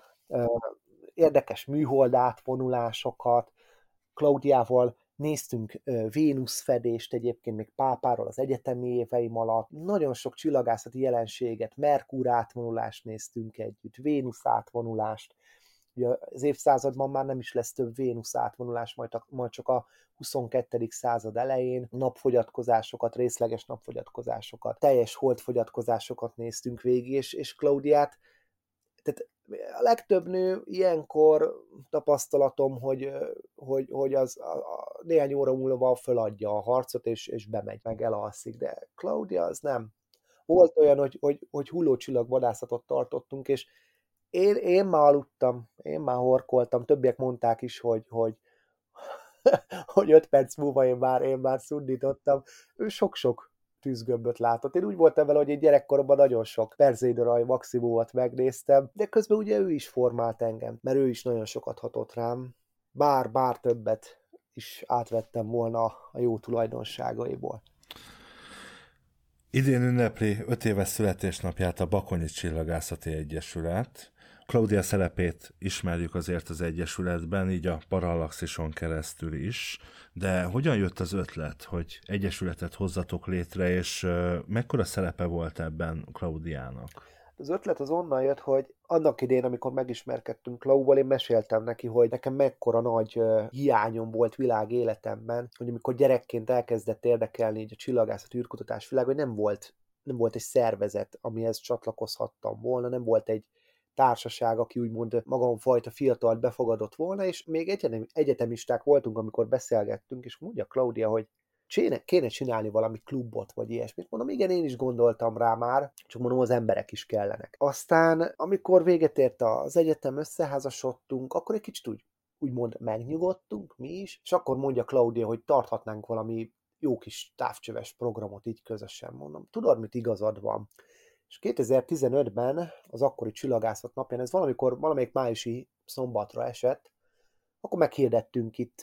Speaker 7: érdekes műhold átvonulásokat, Claudiával néztünk Vénusz fedést egyébként még pápáról az egyetemi éveim alatt, nagyon sok csillagászati jelenséget, Merkur átvonulást néztünk együtt, Vénusz átvonulást, ugye az évszázadban már nem is lesz több Vénusz átvonulás, majd, a, majd csak a huszonkettedik század elején napfogyatkozásokat, részleges napfogyatkozásokat, teljes holdfogyatkozásokat néztünk végig, és, és Claudiát, tehát a legtöbb nő ilyenkor tapasztalatom, hogy, hogy, hogy az a, a néhány óra múlva föladja a harcot, és, és bemegy, meg elalszik, de Claudia az nem. Volt olyan, hogy, hogy, hogy hullócsillagvadászatot tartottunk, és Én, én már aludtam, én már horkoltam, többiek mondták is, hogy, hogy, hogy öt perc múlva én már, én már szundítottam. Ő sok-sok tűzgömböt látott. Én úgy voltam vele, hogy én gyerekkoromban nagyon sok Perzédoraj maximumot megnéztem, de közben ugye ő is formált engem, mert ő is nagyon sokat hatott rám. Bár, bár többet is átvettem volna a jó tulajdonságaiból.
Speaker 3: Idén ünnepli öt éves születésnapját a Bakonyi Csillagászati Egyesület. Claudia szerepét ismerjük azért az Egyesületben, így a Parallaxison keresztül is, de hogyan jött az ötlet, hogy egyesületet hozzatok létre, és mekkora szerepe volt ebben Claudiának?
Speaker 7: Az ötlet az onnan jött, hogy annak idén, amikor megismerkedtünk Klauval, én meséltem neki, hogy nekem mekkora nagy uh, hiányom volt világ életemben, hogy amikor gyerekként elkezdett érdekelni így a csillagászat, űrkutatás világ, hogy nem volt, nem volt egy szervezet, amihez csatlakozhattam volna, nem volt egy társaság, aki úgymond magamfajta fiatalt befogadott volna, és még egyetem, egyetemisták voltunk, amikor beszélgettünk, és mondja Claudia, hogy Kéne, kéne csinálni valami klubot, vagy ilyesmit. Mondom, igen, én is gondoltam rá már, csak mondom, az emberek is kellenek. Aztán, amikor véget ért az egyetem, összeházasodtunk, akkor egy kicsit úgy, úgymond megnyugodtunk mi is, és akkor mondja Claudia, hogy tarthatnánk valami jó kis távcsöves programot így közösen. Mondom, tudod, mit igazad van? És kétezer-tizenötben, az akkori csillagászat napján, ez valamikor, valamelyik májusi szombatra esett, akkor meghirdettünk itt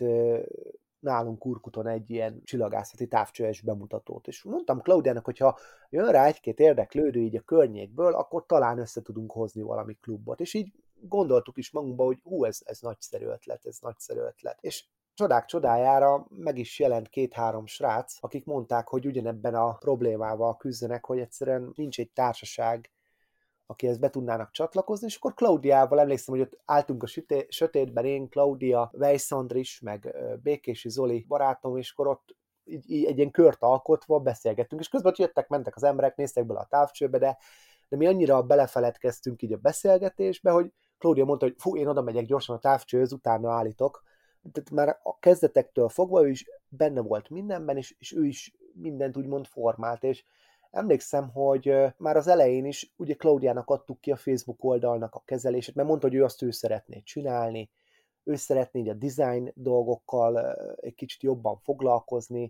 Speaker 7: nálunk Urkuton egy ilyen csillagászati távcsöves bemutatót. És mondtam Claudiának, hogyha jön rá egy-két érdeklődő így a környékből, akkor talán össze tudunk hozni valami klubot. És így gondoltuk is magunkba, hogy hú, ez, ez nagyszerű ötlet, ez nagyszerű ötlet. És csodák csodájára meg is jelent két-három srác, akik mondták, hogy ugyanebben a problémával küzdenek, hogy egyszerűen nincs egy társaság, akihez be tudnának csatlakozni, és akkor Claudiával emlékszem, hogy ott álltunk a süté- sötétben, én, Claudia, Weiss Andris, meg Békési Zoli barátom, és akkor ott így, így egy ilyen kört alkotva beszélgettünk, és közben ott jöttek, mentek az emberek, néztek bele a távcsőbe, de, de mi annyira belefeledkeztünk így a beszélgetésbe, hogy Claudia mondta, hogy fú, én oda megyek gyorsan a távcsőhöz, utána állítok. Tehát már a kezdetektől fogva ő is benne volt mindenben, és, és ő is mindent úgymond formált, és emlékszem, hogy már az elején is ugye Claudiának adtuk ki a Facebook oldalnak a kezelését, mert mondta, hogy ő azt ő szeretné csinálni, ő szeretné a design dolgokkal egy kicsit jobban foglalkozni,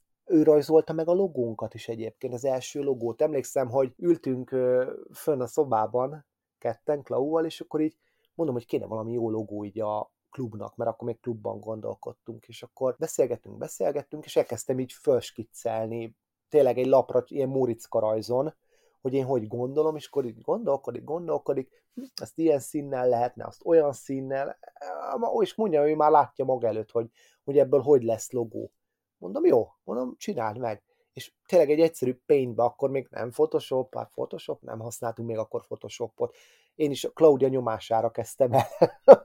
Speaker 7: ő rajzolta meg a logónkat is egyébként, az első logót. Emlékszem, hogy ültünk fönn a szobában, ketten Klauval, és akkor így mondom, hogy kéne valami jó logó így a klubnak, mert akkor még klubban gondolkodtunk, és akkor beszélgettünk, beszélgettünk, és elkezdtem így fölskiccelni, tényleg egy lapra, ilyen Móriczka rajzon, hogy én hogy gondolom, és akkor így gondolkodik, gondolkodik, ezt ilyen színnel lehetne, azt olyan színnel, és mondja, hogy már látja maga előtt, hogy, hogy ebből hogy lesz logó. Mondom, jó, mondom, csináld meg. És tényleg egy egyszerű paintbe, akkor még nem Photoshop, hát Photoshop, nem használtunk még akkor Photoshopot. Én is a Claudia nyomására kezdtem el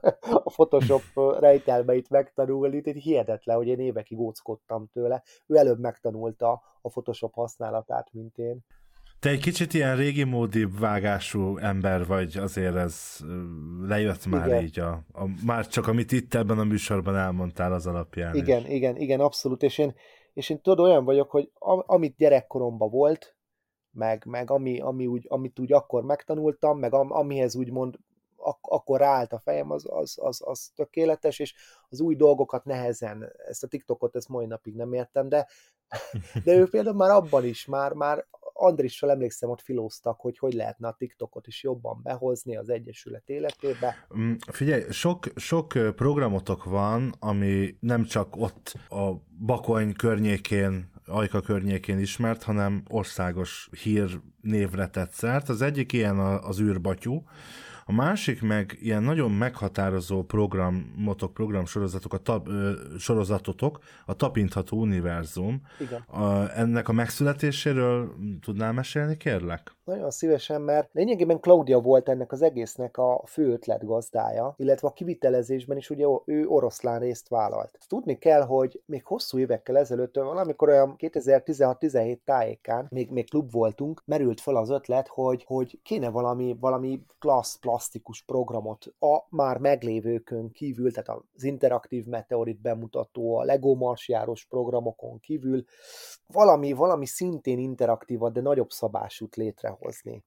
Speaker 7: a Photoshop rejtelmeit megtanulni, így hihetetlen, hogy én évekig óckodtam tőle. Ő előbb megtanulta a Photoshop használatát, mint én.
Speaker 3: Te egy kicsit ilyen régi módi vágású ember vagy, azért ez lejött már igen. így, a, a, már csak amit itt ebben a műsorban elmondtál az alapján.
Speaker 7: Igen,
Speaker 3: is.
Speaker 7: igen, igen, abszolút, és én, és én tudod, olyan vagyok, hogy amit gyerekkoromban volt, meg, meg ami, ami úgy, amit úgy akkor megtanultam, meg am, amihez úgymond ak- akkor ráállt a fejem, az, az, az, az tökéletes, és az új dolgokat nehezen, ezt a TikTokot, ezt mai napig nem értem, de, de ő például már abban is, már, már Andrissal emlékszem, ott filóztak, hogy hogy lehetne a TikTokot is jobban behozni az Egyesület életébe.
Speaker 3: Figyelj, sok, sok programotok van, ami nem csak ott a Bakony környékén, Ajka környékén ismert, hanem országos hír névre tett szert. Az egyik ilyen az űrbatyú, a másik meg ilyen nagyon meghatározó programotok, programsorozatok, a tap, ö, sorozatotok, a Tapintható Univerzum.
Speaker 7: Igen.
Speaker 3: A, ennek a megszületéséről tudnál mesélni, kérlek?
Speaker 7: Nagyon szívesen, mert lényegében Claudia volt ennek az egésznek a fő ötletgazdája, illetve a kivitelezésben is ugye ő oroszlán részt vállalt. Tudni kell, hogy még hosszú évekkel ezelőtt, valamikor olyan kétezer-tizenhat-tizenhét tájékán, még, még klub voltunk, merült fel az ötlet, hogy, hogy kéne valami, valami klassz, plastikus programot a már meglévőkön kívül, tehát az interaktív meteorit bemutató, a Lego marsjárós programokon kívül valami, valami szintén interaktívat, de nagyobb szabásút létrehozni.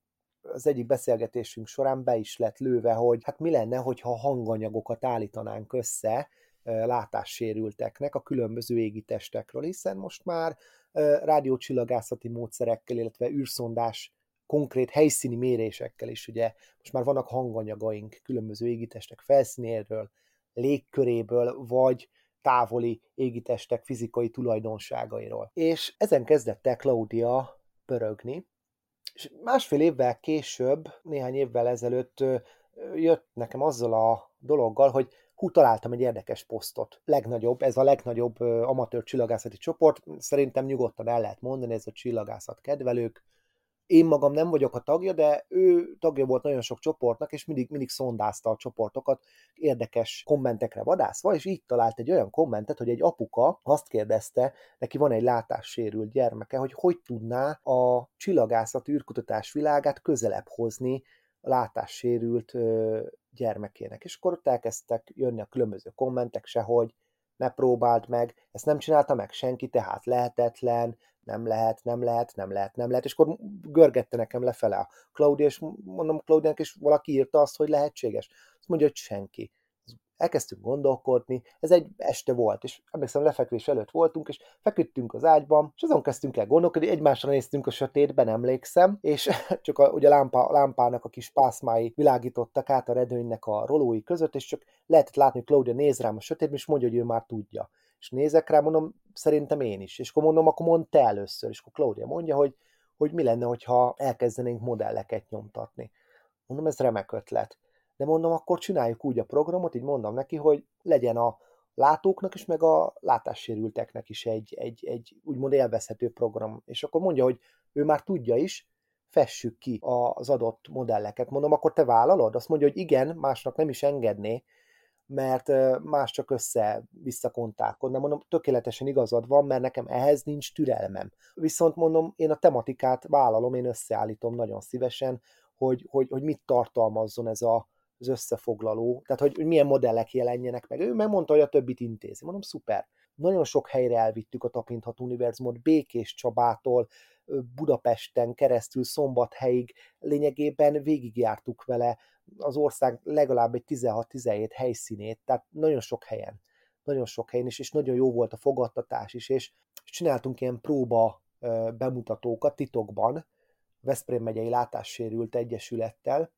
Speaker 7: az egyik beszélgetésünk során be is lett lőve, hogy hát mi lenne, hogyha hanganyagokat állítanánk össze látássérülteknek a különböző égitestekről, hiszen most már rádiócsillagászati módszerekkel, illetve űrszondás konkrét helyszíni mérésekkel is, ugye most már vannak hanganyagaink különböző égitestek felszínéről, légköréből, vagy távoli égitestek fizikai tulajdonságairól. És ezen kezdett el Claudia pörögni, és másfél évvel később, néhány évvel ezelőtt jött nekem azzal a dologgal, hogy hú, találtam egy érdekes posztot. Legnagyobb, ez a legnagyobb amatőr csillagászati csoport, szerintem nyugodtan el lehet mondani, ez a csillagászat kedvelők. Én magam nem vagyok a tagja, de ő tagja volt nagyon sok csoportnak, és mindig, mindig szondázta a csoportokat érdekes kommentekre vadászva, és így talált egy olyan kommentet, hogy egy apuka azt kérdezte, neki van egy látássérült gyermeke, hogy hogy tudná a csillagászat űrkutatás világát közelebb hozni a látássérült gyermekének. És akkor ott elkezdtek jönni a különböző kommentek, sehogy ne próbáld meg, ezt nem csinálta meg senki, tehát lehetetlen, nem lehet, nem lehet, nem lehet, nem lehet, és akkor görgette nekem lefele a Claudia, és mondom Claudiának, és valaki írta azt, hogy lehetséges. Azt mondja, hogy senki. Elkezdtünk gondolkodni, ez egy este volt, és emlékszem, lefekvés előtt voltunk, és feküdtünk az ágyban, és azon kezdtünk el gondolkodni, egymásra néztünk a sötétben, emlékszem, és csak a, ugye a lámpa, lámpának a kis pászmái világítottak át a redőnynek a rolói között, és csak lehetett látni, hogy Claudia néz rám a sötétben, és mondja, hogy ő már tudja. És nézek rá, mondom, szerintem én is. És akkor mondom, akkor mondd te először. És akkor Claudia mondja, hogy, hogy mi lenne, hogyha elkezdenénk modelleket nyomtatni. Mondom, ez remek ötlet. De mondom, akkor csináljuk úgy a programot, így mondom neki, hogy legyen a látóknak is, meg a látássérülteknek is egy, egy, egy úgymond élvezhető program. És akkor mondja, hogy ő már tudja is, fessük ki az adott modelleket. Mondom, akkor te vállalod? Azt mondja, hogy igen, másnak nem is engedné, mert más csak össze-visszakontálkodna. Mondom, tökéletesen igazad van, mert nekem ehhez nincs türelmem. Viszont mondom, én a tematikát vállalom, én összeállítom nagyon szívesen, hogy, hogy, hogy mit tartalmazzon ez a, az összefoglaló, tehát hogy, hogy milyen modellek jelenjenek meg. Ő megmondta, hogy a többit intézi. Mondom, szuper. Nagyon sok helyre elvittük a Tapintható Univerzumot, Békés Csabától, Budapesten keresztül Szombathelyig, lényegében végigjártuk vele az ország legalább egy tizenhat-tizenhét helyszínét, tehát nagyon sok helyen, nagyon sok helyen is, és nagyon jó volt a fogadtatás is, és csináltunk ilyen próba bemutatókat titokban, Veszprém megyei Látássérült Egyesülettel,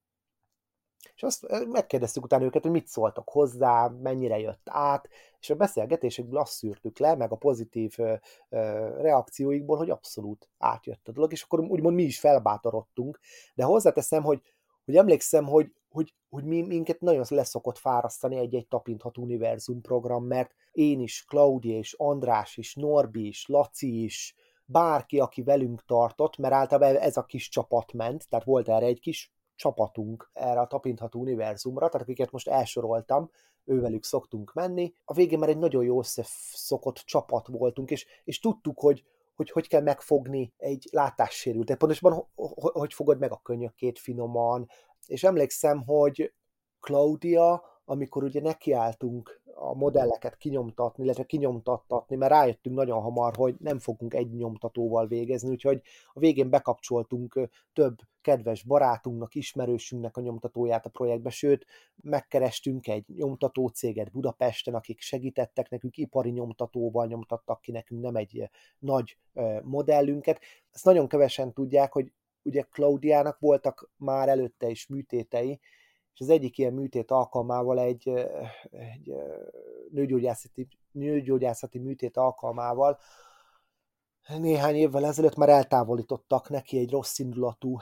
Speaker 7: és azt megkérdeztük utána őket, hogy mit szóltak hozzá, mennyire jött át, és a beszélgetésekből azt szűrtük le, meg a pozitív ö, ö, reakcióikból, hogy abszolút átjött a dolog, és akkor úgymond mi is felbátorodtunk, de hozzáteszem, hogy, hogy emlékszem, hogy, hogy, hogy mi, minket nagyon leszokott fárasztani egy-egy Tapintható Univerzum program, mert én is, Claudia is, András is, Norbi is, Laci is, bárki, aki velünk tartott, mert általában ez a kis csapat ment, tehát volt erre egy kis csapatunk erre a Tapintható Univerzumra, tehát akiket most elsoroltam, ővelük szoktunk menni. A végén már egy nagyon jó összeszokott csapat voltunk, és, és tudtuk, hogy, hogy hogy kell megfogni egy látássérültet. Pontosabban, hogy fogod meg a könyökét finoman. És emlékszem, hogy Claudia, amikor ugye nekiálltunk a modelleket kinyomtatni, illetve kinyomtattatni, mert rájöttünk nagyon hamar, hogy nem fogunk egy nyomtatóval végezni, úgyhogy a végén bekapcsoltunk több kedves barátunknak, ismerősünknek a nyomtatóját a projektbe, sőt, megkerestünk egy nyomtató céget Budapesten, akik segítettek nekünk, ipari nyomtatóval nyomtattak ki nekünk, nem egy nagy modellünket. Ezt nagyon kevesen tudják, hogy ugye Claudiának voltak már előtte is műtétei, és az egyik ilyen műtét alkalmával egy, egy nőgyógyászati, nőgyógyászati műtét alkalmával néhány évvel ezelőtt már eltávolítottak neki egy rossz indulatú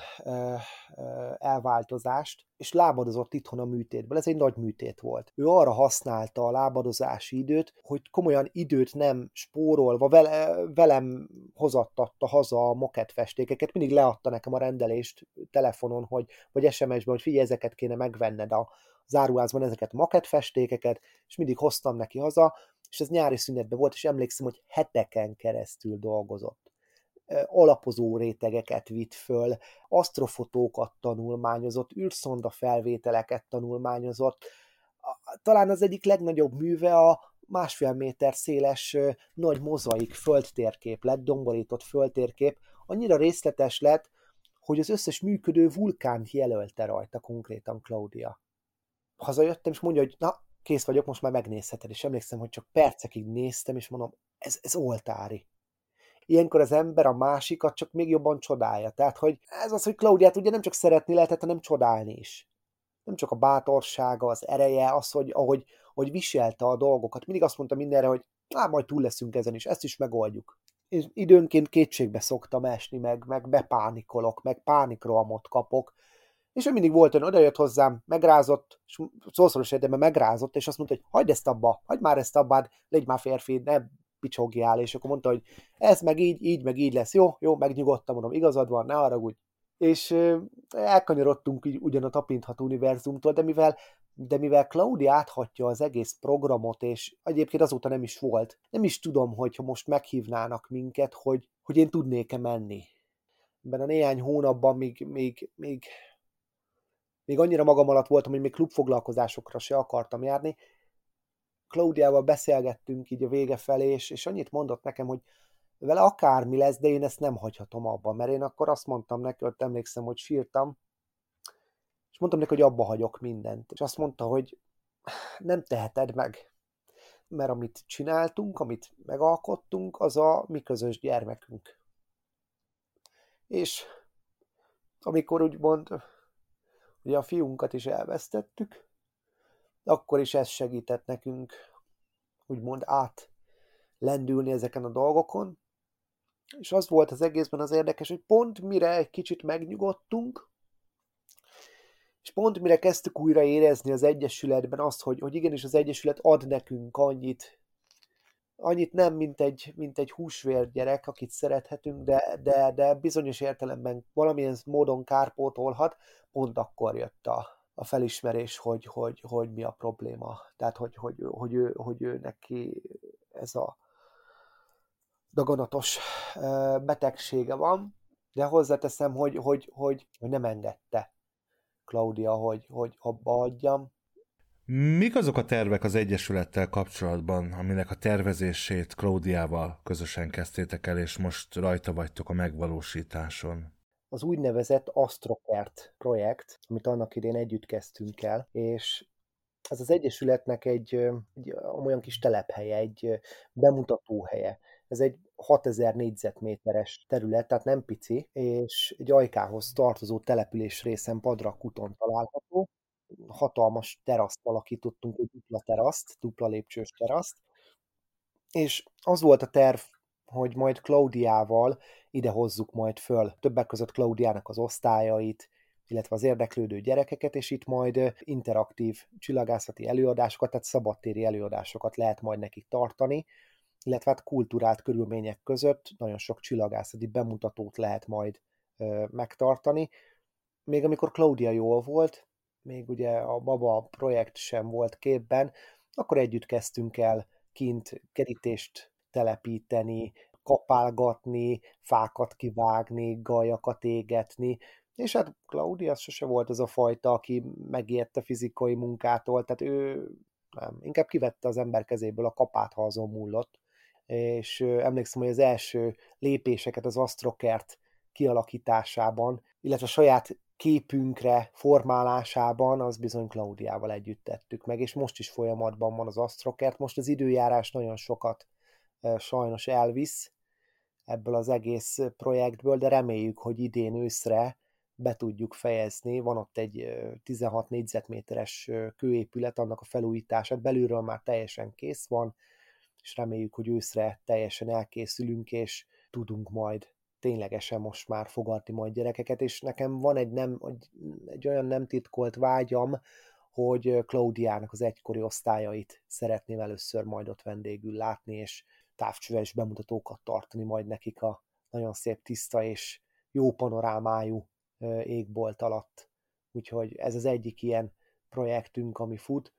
Speaker 7: elváltozást, és lábadozott itthon a műtétből. Ez egy nagy műtét volt. Ő arra használta a lábadozási időt, hogy komolyan időt nem spórolva vele, velem hozattatta haza a moketfestékeket. Mindig leadta nekem a rendelést telefonon, hogy, vagy es em es-ben, hogy figyelj, ezeket kéne megvenned a záruházban, ezeket a moketfestékeket, és mindig hoztam neki haza, és ez nyári szünetben volt, és emlékszem, hogy heteken keresztül dolgozott. Alapozó rétegeket vitt föl, asztrofotókat tanulmányozott, űrszonda felvételeket tanulmányozott. Talán az egyik legnagyobb műve a másfél méter széles nagy mozaik földtérkép lett, domborított földtérkép. Annyira részletes lett, hogy az összes működő vulkánt jelölte rajta konkrétan Claudia. Hazajöttem, és mondja, hogy na, kész vagyok, most már megnézheted. És emlékszem, hogy csak percekig néztem, és mondom, ez, ez oltári. Ilyenkor az ember a másikat csak még jobban csodálja. Tehát, hogy ez az, hogy Claudiát ugye nem csak szeretni lehetett, hanem csodálni is. Nem csak a bátorsága, az ereje, az, hogy ahogy, ahogy viselte a dolgokat. Mindig azt mondta mindenre, hogy á, majd túl leszünk ezen is, ezt is megoldjuk. És időnként kétségbe szoktam esni, meg, meg bepánikolok, meg pánikrohamot kapok. És ő mindig volt olyan, odajött hozzám, megrázott, és szószoros értelemben megrázott, és azt mondta, hogy hagyd ezt abba, hagyd már ezt abba, légy már férfi, ne picsogjál, és akkor mondta, hogy ez meg így, így, meg így lesz, jó, jó, megnyugodtam, mondom, igazad van, ne haragudj. És elkanyarodtunk ugyan a tapintható univerzumtól, de mivel, de mivel Claudia áthatja az egész programot, és egyébként azóta nem is volt, nem is tudom, hogyha most meghívnának minket, hogy, hogy én tudnék-e menni. Ebben a néhány hónapban még, még, még, még annyira magam alatt voltam, hogy még klubfoglalkozásokra se akartam járni. Claudiával beszélgettünk így a vége felé, és, és annyit mondott nekem, hogy vele akármi lesz, de én ezt nem hagyhatom abba, mert én akkor azt mondtam neki, hogy emlékszem, hogy sírtam, és mondtam neki, hogy abba hagyok mindent. És azt mondta, hogy nem teheted meg, mert amit csináltunk, amit megalkottunk, az a mi közös gyermekünk. És amikor úgymond ugye a fiunkat is elvesztettük, akkor is ez segített nekünk úgymond át lendülni ezeken a dolgokon, és az volt az egészben az érdekes, hogy pont mire egy kicsit megnyugodtunk, és pont mire kezdtük újra érezni az Egyesületben azt, hogy, hogy igenis az Egyesület ad nekünk annyit, annyit nem, mint egy, mint egy húsvérgyerek, akit szerethetünk, de, de, de bizonyos értelemben valamilyen módon kárpótolhat, pont akkor jött a, a felismerés, hogy, hogy, hogy mi a probléma. Tehát, hogy, hogy, hogy, ő, hogy ő neki ez a daganatos betegsége van, de hozzáteszem, hogy, hogy, hogy, hogy nem engedte Claudia, hogy, hogy abba adjam.
Speaker 3: Mik azok a tervek az Egyesülettel kapcsolatban, aminek a tervezését Claudiával közösen kezdtétek el, és most rajta vagytok a megvalósításon?
Speaker 7: Az úgynevezett Astrokert projekt, amit annak idén együtt kezdtünk el, és ez az Egyesületnek egy, egy olyan kis telephelye, egy bemutatóhelye. Ez egy hatezer négyzetméteres terület, tehát nem pici, és egy Ajkához tartozó település részen Padrakuton található. Hatalmas teraszt alakítottunk, egy dupla teraszt, dupla lépcsős teraszt, és az volt a terv, hogy majd Claudiával ide hozzuk majd föl, többek között Claudiának az osztályait, illetve az érdeklődő gyerekeket, és itt majd interaktív csillagászati előadásokat, tehát szabadtéri előadásokat lehet majd nekik tartani, illetve hát kulturált körülmények között nagyon sok csillagászati bemutatót lehet majd ö, megtartani. Még amikor Claudia jól volt, még ugye a Baba projekt sem volt képben, akkor együtt kezdtünk el kint kerítést telepíteni, kapálgatni, fákat kivágni, gajakat égetni, és hát Claudia sose volt az a fajta, aki megijedt a fizikai munkától, tehát ő nem, inkább kivette az ember kezéből a kapát, ha azon múlott, és emlékszem, hogy az első lépéseket az Astrokert kialakításában, illetve a saját képünkre formálásában, az bizony Claudiával együtt tettük meg, és most is folyamatban van az Astrokert. Most az időjárás nagyon sokat e, sajnos elvisz ebből az egész projektből, de reméljük, hogy idén őszre be tudjuk fejezni. Van ott egy tizenhat négyzetméteres kőépület, annak a felújítását belülről már teljesen kész van, és reméljük, hogy őszre teljesen elkészülünk, és tudunk majd ténylegesen most már fogadni majd gyerekeket, és nekem van egy, nem, egy olyan nem titkolt vágyam, hogy Claudiának az egykori osztályait szeretném először majd ott vendégül látni, és távcsöves bemutatókat tartani majd nekik a nagyon szép, tiszta és jó panorámájú égbolt alatt. Úgyhogy ez az egyik ilyen projektünk, ami fut.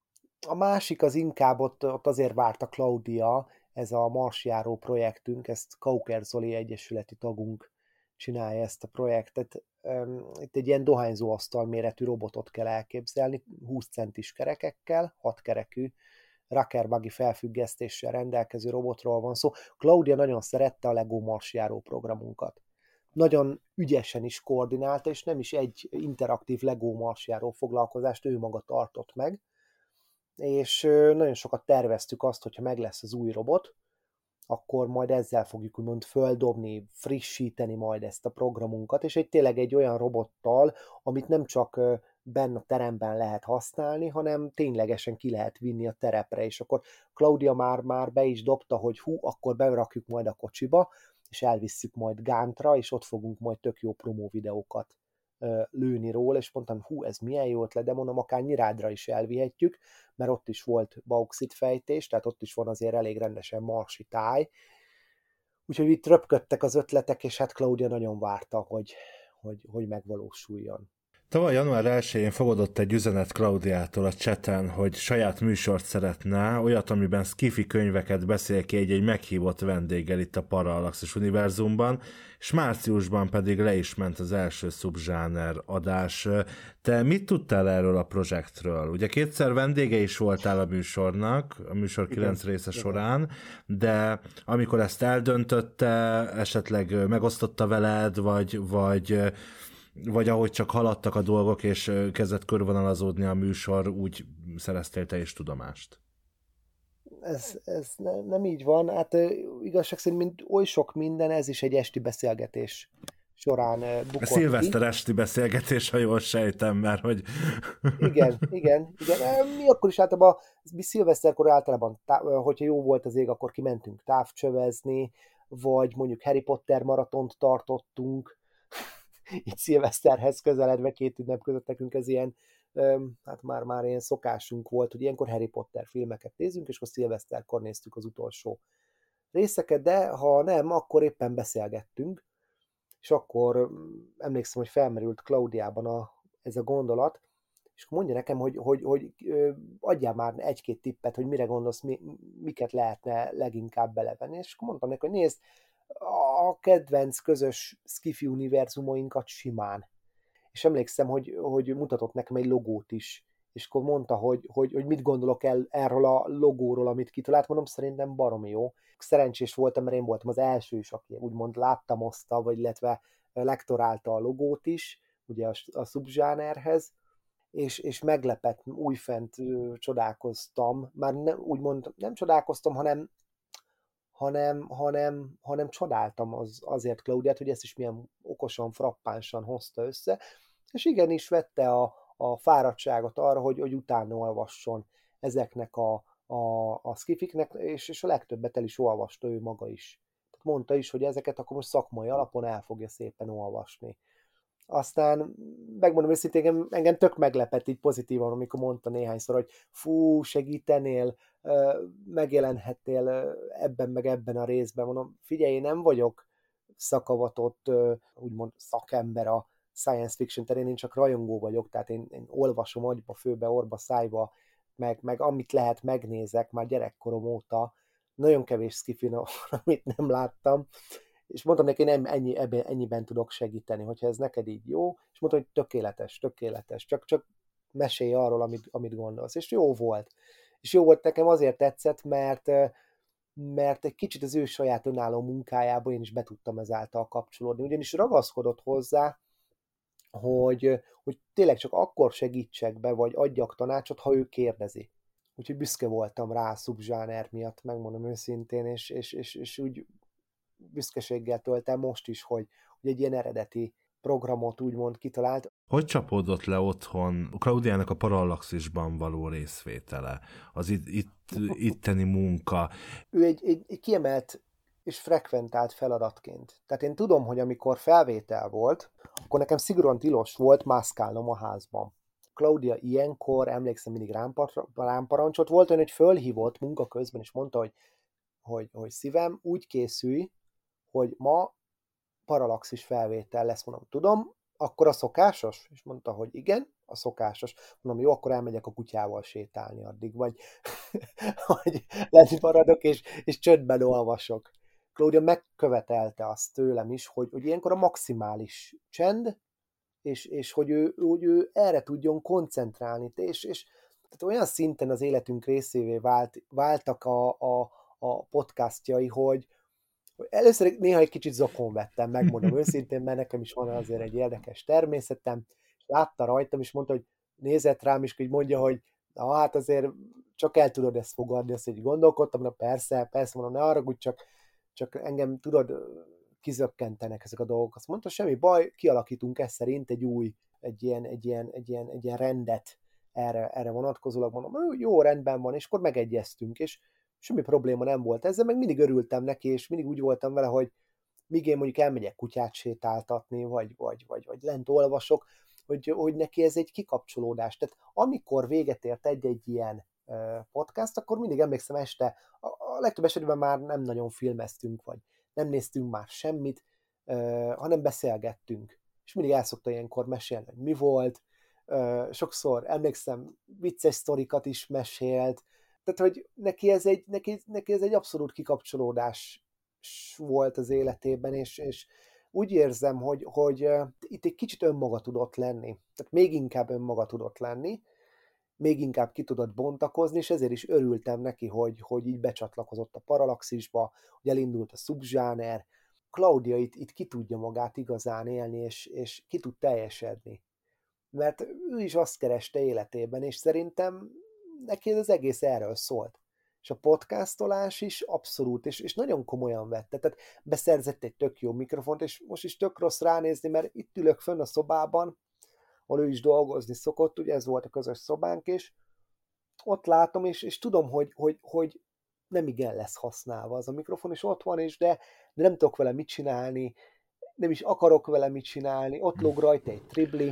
Speaker 7: A másik az inkább ott, ott azért várta Claudia, ez a marsjáró projektünk, ezt Kauker Zoli egyesületi tagunk csinálja ezt a projektet. Itt egy ilyen dohányzó asztal méretű robotot kell elképzelni, húsz centis kerekekkel, hat kerekű, Rackerbuggy felfüggesztéssel rendelkező robotról van szó. Claudia nagyon szerette a Lego marsjáró programunkat, nagyon ügyesen is koordinálta, és nem is egy interaktív Lego marsjáró foglalkozást ő maga tartott meg, és nagyon sokat terveztük azt, hogyha meg lesz az új robot, akkor majd ezzel fogjuk úgymond földobni, frissíteni majd ezt a programunkat, és egy tényleg egy olyan robottal, amit nem csak benne a teremben lehet használni, hanem ténylegesen ki lehet vinni a terepre, és akkor Claudia már, már be is dobta, hogy hú, akkor berakjuk majd a kocsiba, és elvisszük majd Gántra, és ott fogunk majd tök jó promó videókat lőni róla, és mondtam, hú, ez milyen jó ötlet, de mondom, akár Nyirádra is elvihetjük, mert ott is volt bauxit fejtés, tehát ott is van azért elég rendesen marsi táj. Úgyhogy itt röpködtek az ötletek, és hát Claudia nagyon várta, hogy, hogy, hogy megvalósuljon.
Speaker 3: Tavaly január elsején fogadott egy üzenet Claudiától a chaten, hogy saját műsort szeretne, olyat, amiben sci-fi könyveket beszél ki egy-egy meghívott vendéggel itt a Parallaxis univerzumban, és márciusban pedig le is ment az első szubzsáner adás. Te mit tudtál erről a projektről? Ugye kétszer vendége is voltál a műsornak, a műsor kilenc része során, de amikor ezt eldöntötte, esetleg megosztotta veled, vagy, vagy vagy ahogy csak haladtak a dolgok, és kezdett körvonalazódni a műsor, úgy szereztél te is tudomást?
Speaker 7: Ez, ez ne, nem így van. Hát igazság szerint, mint oly sok minden, ez is egy esti beszélgetés során bukott.
Speaker 3: A szilveszter esti beszélgetés, ha jól sejtem, mert hogy...
Speaker 7: Igen, igen, igen. Mi akkor is általában, mi szilveszterkor általában, tá- hogyha jó volt az ég, akkor kimentünk távcsövezni, vagy mondjuk Harry Potter maratont tartottunk, így szilveszterhez közeledve két ünnep között nekünk ez ilyen, hát már, már ilyen szokásunk volt, hogy ilyenkor Harry Potter filmeket nézzünk, és akkor szilveszterkor néztük az utolsó részeket, de ha nem, akkor éppen beszélgettünk, és akkor emlékszem, hogy felmerült Claudiában a, ez a gondolat, és akkor mondja nekem, hogy, hogy, hogy adjál már egy-két tippet, hogy mire gondolsz, mi, miket lehetne leginkább belevenni, és akkor mondtam neki, hogy nézd, a kedvenc közös sci-fi univerzumoinkat simán. És emlékszem, hogy, hogy mutatott nekem egy logót is, és akkor mondta, hogy, hogy, hogy mit gondolok el erről a logóról, amit kitalált, mondom, szerintem baromi jó. Szerencsés voltam, mert én voltam az első is, aki úgymond láttamozta, vagy illetve lektorálta a logót is, ugye a, a szubzsánerhez, és, és meglepett, újfent csodálkoztam, már nem, úgymond nem csodálkoztam, hanem hanem, hanem, hanem csodáltam az, azért Claudiát, hogy ezt is milyen okosan, frappánsan hozta össze, és igenis vette a, a fáradtságot arra, hogy, hogy utána olvasson ezeknek a, a, a skifiknek, és, és a legtöbbet el is olvasta ő maga is. Tehát mondta is, hogy ezeket akkor most szakmai alapon el fogja szépen olvasni. Aztán megmondom őszintén, engem, engem tök meglepett így pozitívan, amikor mondta néhányszor, hogy fú, segítenél, megjelenhetnél ebben meg ebben a részben. Mondom, figyelj, én nem vagyok szakavatott, úgymond szakember a science fiction terén, én csak rajongó vagyok, tehát én, én olvasom agyba, főbe, orba, szájba, meg, meg amit lehet megnézek már gyerekkorom óta. Nagyon kevés sci-fi, amit nem láttam. És mondtam neki, nem ennyi, ebben, ennyiben tudok segíteni, hogyha ez neked így jó, és mondtam, hogy tökéletes, tökéletes, csak, csak mesélj arról, amit, amit gondolsz. És jó volt. És jó volt nekem azért tetszett, mert, mert egy kicsit az ő saját önálló munkájába én is be tudtam ezáltal kapcsolódni. Ugyanis ragaszkodott hozzá, hogy, hogy tényleg csak akkor segítsek be, vagy adjak tanácsot, ha ő kérdezi. Úgyhogy büszke voltam rá a szubzsáner miatt, megmondom őszintén, és, és, és, és úgy büszkeséggel töltem most is, hogy, hogy egy ilyen eredeti programot úgymond kitalált.
Speaker 3: Hogy csapódott le otthon Claudiának a Parallaxisban való részvétele, az itt, itt, itteni munka?
Speaker 7: Ő egy, egy, egy kiemelt és frekventált feladatként. Tehát én tudom, hogy amikor felvétel volt, akkor nekem szigorúan tilos volt mászkálnom a házban. Claudia ilyenkor, emlékszem, mindig rám, rám parancsolt, volt olyan, hogy fölhívott munka közben, és mondta, hogy, hogy, hogy szívem, úgy készülj, hogy ma Parallaxis felvétel lesz. Mondom, tudom, akkor a szokásos? És mondta, hogy igen, a szokásos. Mondom, jó, akkor elmegyek a kutyával sétálni addig, vagy hogy lenni maradok, és, és csöndben olvasok. Claudia megkövetelte azt tőlem is, hogy, hogy ilyenkor a maximális csend, és, és hogy, ő, hogy ő erre tudjon koncentrálni. És, és tehát olyan szinten az életünk részévé vált, váltak a, a, a podcastjai, hogy, Először néha egy kicsit zokon vettem, megmondom őszintén, mert nekem is van azért egy érdekes természetem, és látta rajtam, és mondta, hogy nézett rám, és így mondja, hogy na hát azért csak el tudod ezt fogadni, azt így gondolkodtam, na persze, persze, mondom, ne haragudj, csak, csak engem tudod, kizökkentenek ezek a dolgok. Azt mondta, semmi baj, kialakítunk ezt szerint egy új, egy ilyen, egy ilyen, egy ilyen, egy ilyen rendet erre, erre vonatkozólag, mondom, jó, rendben van, és akkor megegyeztünk, és semmi probléma nem volt ezzel, meg mindig örültem neki, és mindig úgy voltam vele, hogy míg én mondjuk elmegyek kutyát sétáltatni, vagy, vagy, vagy, vagy lent olvasok, hogy, hogy neki ez egy kikapcsolódás. Tehát amikor véget ért egy-egy ilyen podcast, akkor mindig emlékszem este, a, a legtöbb esetben már nem nagyon filmeztünk, vagy nem néztünk már semmit, uh, hanem beszélgettünk. És mindig el szokta ilyenkor mesélni, hogy mi volt. Uh, sokszor emlékszem, vicces sztorikat is mesélt. Tehát, hogy neki ez egy, neki, neki ez egy abszolút kikapcsolódás volt az életében, és, és úgy érzem, hogy, hogy uh, itt egy kicsit önmaga tudott lenni. Tehát még inkább önmaga tudott lenni, még inkább ki tudott bontakozni, és ezért is örültem neki, hogy, hogy így becsatlakozott a Parallaxisba, hogy elindult a szubzsáner. Claudia itt, itt ki tudja magát igazán élni, és, és ki tud teljesedni. Mert ő is azt kereste életében, és szerintem neki ez az egész erről szólt. És a podcastolás is abszolút, és, és nagyon komolyan vette. Tehát beszerzett egy tök jó mikrofont, és most is tök rossz ránézni, mert itt ülök fönn a szobában, ahol ő is dolgozni szokott, ugye ez volt a közös szobánk, és ott látom, és, és tudom, hogy, hogy, hogy nem igen lesz használva az a mikrofon, és ott van, és de, de nem tudok vele mit csinálni, nem is akarok vele mit csinálni, ott lóg rajta egy tribli.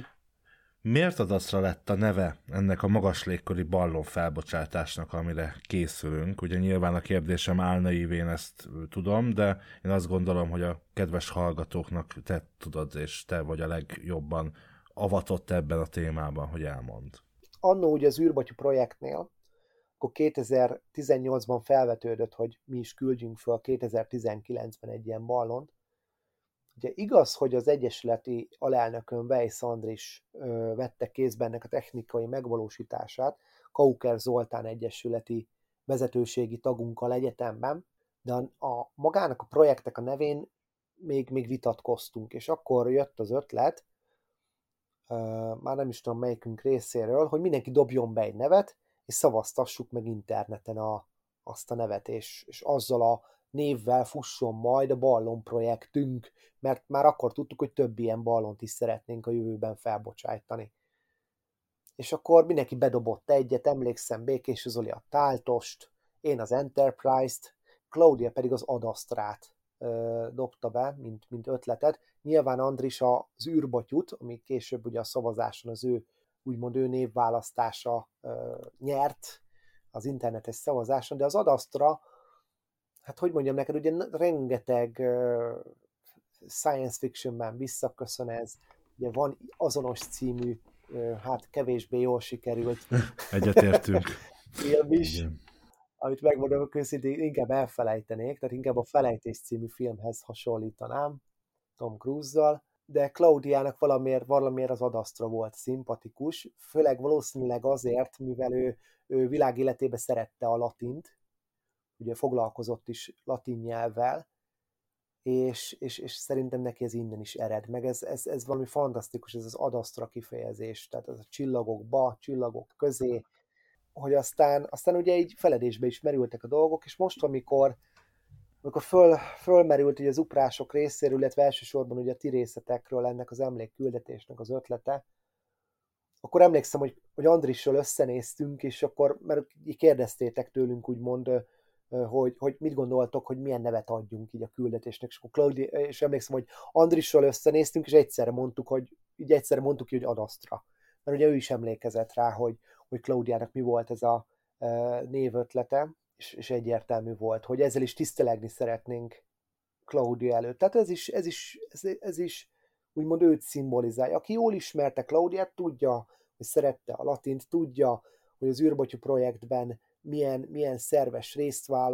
Speaker 3: Miért adaszra lett a neve ennek a magas légköri ballon felbocsátásnak, amire készülünk? Ugye nyilván a kérdésem álnaív, én ezt tudom, de én azt gondolom, hogy a kedves hallgatóknak te tudod, és te vagy a legjobban avatott ebben a témában, hogy elmond.
Speaker 7: Annó ugye az űrbatyú projektnél, akkor kétezer-tizennyolcban felvetődött, hogy mi is küldjünk föl kétezer-tizenkilencben egy ilyen ballont. Ugye igaz, hogy az egyesületi alelnökön Weisz Andris ö, vette kézbe ennek a technikai megvalósítását, Kauker Zoltán egyesületi vezetőségi tagunkkal egyetemben, de a, a magának a projektek a nevén még, még vitatkoztunk, és akkor jött az ötlet, ö, már nem is tudom melyikünk részéről, hogy mindenki dobjon be egy nevet, és szavaztassuk meg interneten a, azt a nevet, és, és azzal a névvel fusson majd a ballon projektünk, mert már akkor tudtuk, hogy több ilyen ballont is szeretnénk a jövőben felbocsájtani. És akkor mindenki bedobott egyet, emlékszem, Békés Zoli a Táltost, én az Enterprise-t, Claudia pedig az Adastrát ö, dobta be, mint, mint ötletet. Nyilván Andris az űrbatyút, ami később ugye a szavazáson az ő, úgymond ő névválasztása ö, nyert az internetes szavazáson, de az Adastra, hát hogy mondjam neked, ugye rengeteg uh, science fictionben visszaköszön ez, ugye van Azonos című, uh, hát kevésbé jól sikerült
Speaker 3: Egyetértünk.
Speaker 7: film is,
Speaker 3: Igen.
Speaker 7: amit megmondom, hogy őszintén inkább elfelejtenék, tehát inkább a Felejtés című filmhez hasonlítanám, Tom Cruise-zal, de Claudiának valamiért, valamiért az Adastra volt szimpatikus, főleg valószínűleg azért, mivel ő, ő világéletében szerette a latint, ugye foglalkozott is latin nyelvvel, és, és, és szerintem neki ez innen is ered, meg ez, ez, ez valami fantasztikus, ez az Adastra kifejezés, tehát ez a csillagokba, csillagok közé, hogy aztán, aztán ugye így feledésbe is merültek a dolgok, és most, amikor, amikor föl, fölmerült ugye az uprások részéről, illetve elsősorban ugye a ti részetekről ennek az emlékküldetésnek az ötlete, akkor emlékszem, hogy, hogy Andrissal összenéztünk, és akkor, mert így kérdeztétek tőlünk úgymond, hogy, hogy mit gondoltok, hogy milyen nevet adjunk így a küldetésnek, és akkor Claudia, és emlékszem, hogy Andrissal összenéztünk, és egyszerre mondtuk, hogy így egyszerre mondtuk ki, hogy Adastra. Mert ugye ő is emlékezett rá, hogy, hogy Claudiának mi volt ez a e, névötlete, és, és egyértelmű volt, hogy ezzel is tisztelegni szeretnénk Claudia előtt. Tehát ez is, ez is, ez, ez is úgymond őt szimbolizálja. Aki jól ismerte Claudiát, tudja, hogy szerette a latint, tudja, hogy az űrbatyú projektben milyen, milyen szerves részt vállalt,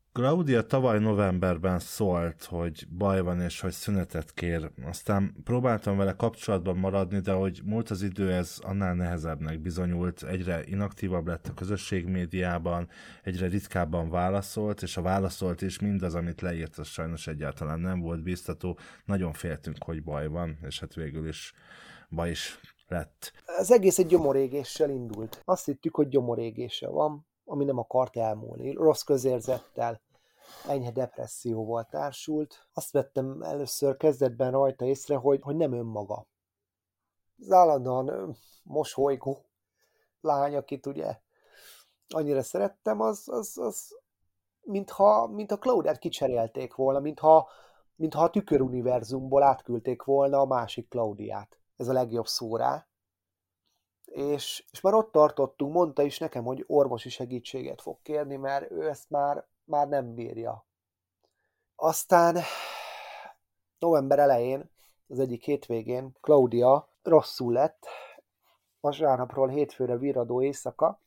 Speaker 3: Claudia tavaly novemberben szólt, hogy baj van és hogy szünetet kér. Aztán próbáltam vele kapcsolatban maradni, de hogy múlt az idő, ez annál nehezebbnek bizonyult. Egyre inaktívabb lett a közösségmédiában, egyre ritkábban válaszolt, és a válaszolt is mindaz, amit leírt, az sajnos egyáltalán nem volt biztató. Nagyon féltünk, hogy baj van, és hát végül is baj is lett.
Speaker 7: Az egész egy gyomorégéssel indult. Azt hittük, hogy gyomorégése van, ami nem akart elmúlni. Rossz közérzettel, enyhe depresszióval társult. Azt vettem először kezdetben rajta észre, hogy, hogy nem önmaga. Az állandóan mosolygó lány, akit ugye annyira szerettem, az, az, az mintha, mintha Claudiát kicserélték volna, mintha, mintha a tüköruniverzumból átküldték volna a másik Claudiát. Ez a legjobb szó rá. És, és már ott tartottunk, mondta is nekem, hogy orvosi segítséget fog kérni, mert ő ezt már, már nem bírja. Aztán november elején, az egyik hétvégén Claudia rosszul lett, vasárnapról hétfőre virradó éjszaka,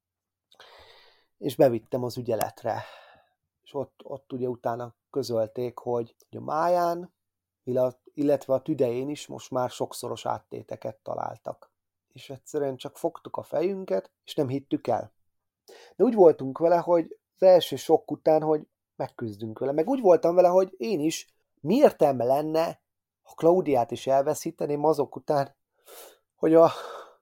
Speaker 7: és bevittem az ügyeletre. És ott, ott ugye utána közölték, hogy a máján, illetve a tüdején is most már sokszoros áttéteket találtak. És egyszerűen csak fogtuk a fejünket, és nem hittük el. De úgy voltunk vele, hogy az első sok után, hogy megküzdünk vele. Meg úgy voltam vele, hogy én is, mi értelme lenne, ha Claudiát is elveszíteném azok után, hogy a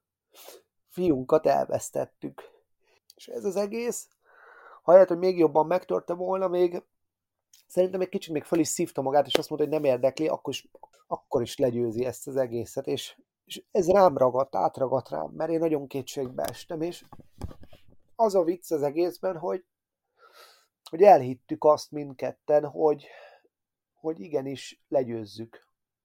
Speaker 7: fiunkat elvesztettük. És ez az egész, ahelyett, hogy még jobban megtörte volna, még szerintem egy kicsit még fel is szívta magát, és azt mondta, hogy nem érdekli, akkor is, akkor is legyőzi ezt az egészet, és És ez rám ragadt, átragadt rám, mert én nagyon kétségbe estem, és az a vicc az egészben, hogy, hogy elhittük azt mindketten, hogy, hogy igenis legyőzzük.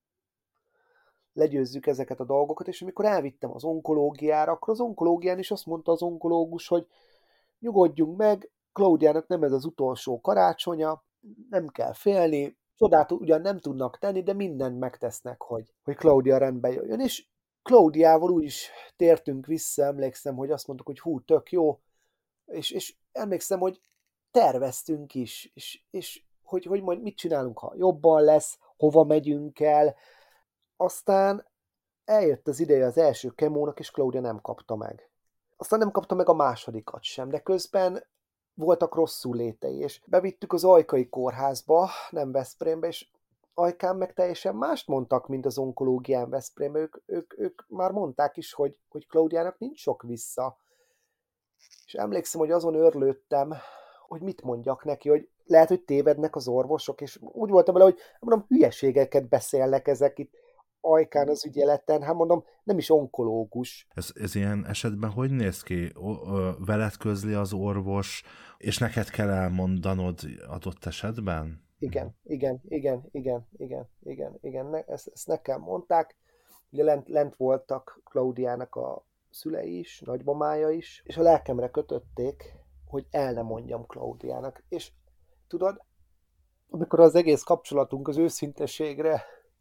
Speaker 7: Legyőzzük ezeket a dolgokat, és amikor elvittem az onkológiára, akkor az onkológián is azt mondta az onkológus, hogy nyugodjunk meg, Claudiának nem ez az utolsó karácsonya, nem kell félni, csodát ugyan nem tudnak tenni, de mindent megtesznek, hogy, hogy Claudia rendbe jöjjön, és Claudiával úgy is tértünk vissza, emlékszem, hogy azt mondtuk, hogy hú, tök jó, és, és emlékszem, hogy terveztünk is, és, és hogy, hogy majd mit csinálunk, ha jobban lesz, hova megyünk el. Aztán eljött az ideje az első kemónak, és Claudia nem kapta meg. Aztán nem kapta meg a másodikat sem, de közben voltak rosszul létei, és bevittük az Ajkai kórházba, nem Veszprémbe, és Ajkán meg teljesen mást mondtak, mint az onkológián Veszprémbe. Ők, ők, ők már mondták is, hogy, hogy Claudiának nincs sok vissza. És emlékszem, hogy azon örlődtem, hogy mit mondjak neki, hogy lehet, hogy tévednek az orvosok, és úgy voltam vele, hogy mondom, hülyeségeket beszélnek ezek itt Ajkán az ügyeleten, hát mondom, nem is onkológus.
Speaker 3: Ez, ez ilyen esetben hogy néz ki? O, ö, veled közli az orvos, és neked kell elmondanod adott esetben?
Speaker 7: Igen, igen, igen, igen, igen, igen, igen, ne, ezt, ezt nekem mondták. Ugye lent, lent voltak Claudiának a szülei is, nagymamája is, és a lelkemre kötötték, hogy el ne mondjam Claudiának. És tudod, amikor az egész kapcsolatunk az őszinteségre,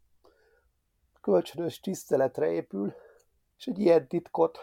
Speaker 7: kölcsönös tiszteletre épül, és egy ilyen titkot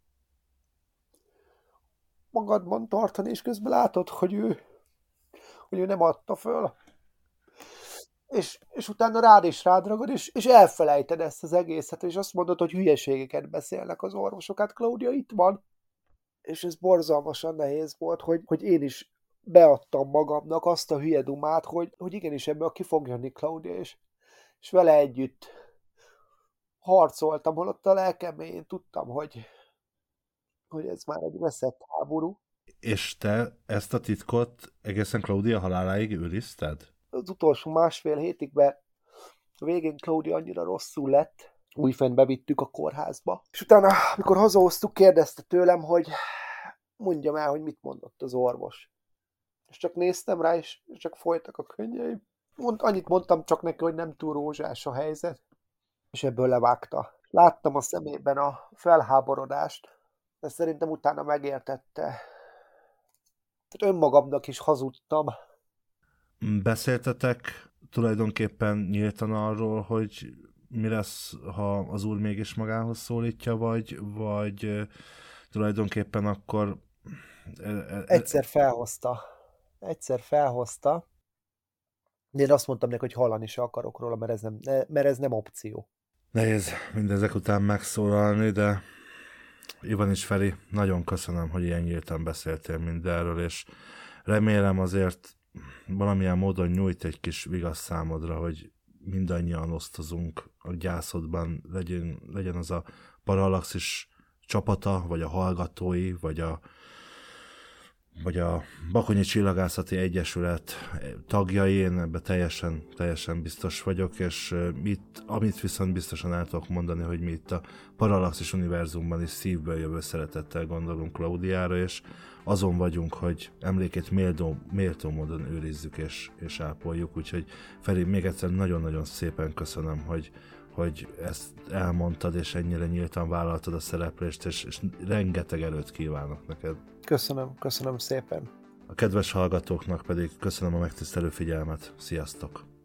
Speaker 7: magadban tartani, és közben látod, hogy ő, hogy ő nem adta föl. És, és utána rád is rád ragad, és, és elfelejted ezt az egészet, és azt mondod, hogy hülyeségeket beszélnek az orvosok. Hát Claudia itt van. És ez borzalmasan nehéz volt, hogy, hogy én is beadtam magamnak azt a hülye dumát, hogy, hogy igenis ebből ki fog jönni Claudia, és, és vele együtt harcoltam, holott a lelkem mélyén tudtam, hogy, hogy ez már egy veszett háború.
Speaker 3: És te ezt a titkot egészen Claudia haláláig őrizted?
Speaker 7: Az utolsó másfél hétig, mert a végén Claudia annyira rosszul lett, újfent bevittük a kórházba. És utána, amikor hazahoztuk, kérdezte tőlem, hogy mondjam el, hogy mit mondott az orvos. És csak néztem rá, és csak folytak a könnyeim. Mond, annyit mondtam csak neki, hogy nem túl rózsás a helyzet, és ebből levágta. Láttam a szemében a felháborodást, de szerintem utána megértette. Tehát önmagamnak is hazudtam.
Speaker 3: Beszéltetek tulajdonképpen nyíltan arról, hogy mi lesz, ha az úr mégis magához szólítja, vagy, vagy tulajdonképpen akkor...
Speaker 7: Egyszer felhozta. egyszer felhozta, de én azt mondtam neki, hogy hallani se akarok róla, mert ez nem, mert ez nem opció.
Speaker 3: Nehéz mindezek után megszólalni, de Ivan és Feri, nagyon köszönöm, hogy ilyen nyíltan beszéltél mindenről, és remélem azért valamilyen módon nyújt egy kis vigasz számodra, hogy mindannyian osztozunk a gyászodban, legyen, legyen az a Parallaxis csapata, vagy a hallgatói, vagy a, vagy a Bakonyi Csillagászati Egyesület tagjai, én ebben teljesen, teljesen biztos vagyok, és itt, amit viszont biztosan el tudok mondani, hogy mi itt a Parallaxis univerzumban is szívből jövő szeretettel gondolunk Klaudiára, és azon vagyunk, hogy emlékét méltó, méltó módon őrizzük és, és ápoljuk, úgyhogy Feri, még egyszer nagyon-nagyon szépen köszönöm, hogy, hogy ezt elmondtad, és ennyire nyíltan vállaltad a szereplést, és, és rengeteg erőt kívánok neked.
Speaker 7: Köszönöm, köszönöm szépen.
Speaker 3: A kedves hallgatóknak pedig köszönöm a megtisztelő figyelmet. Sziasztok!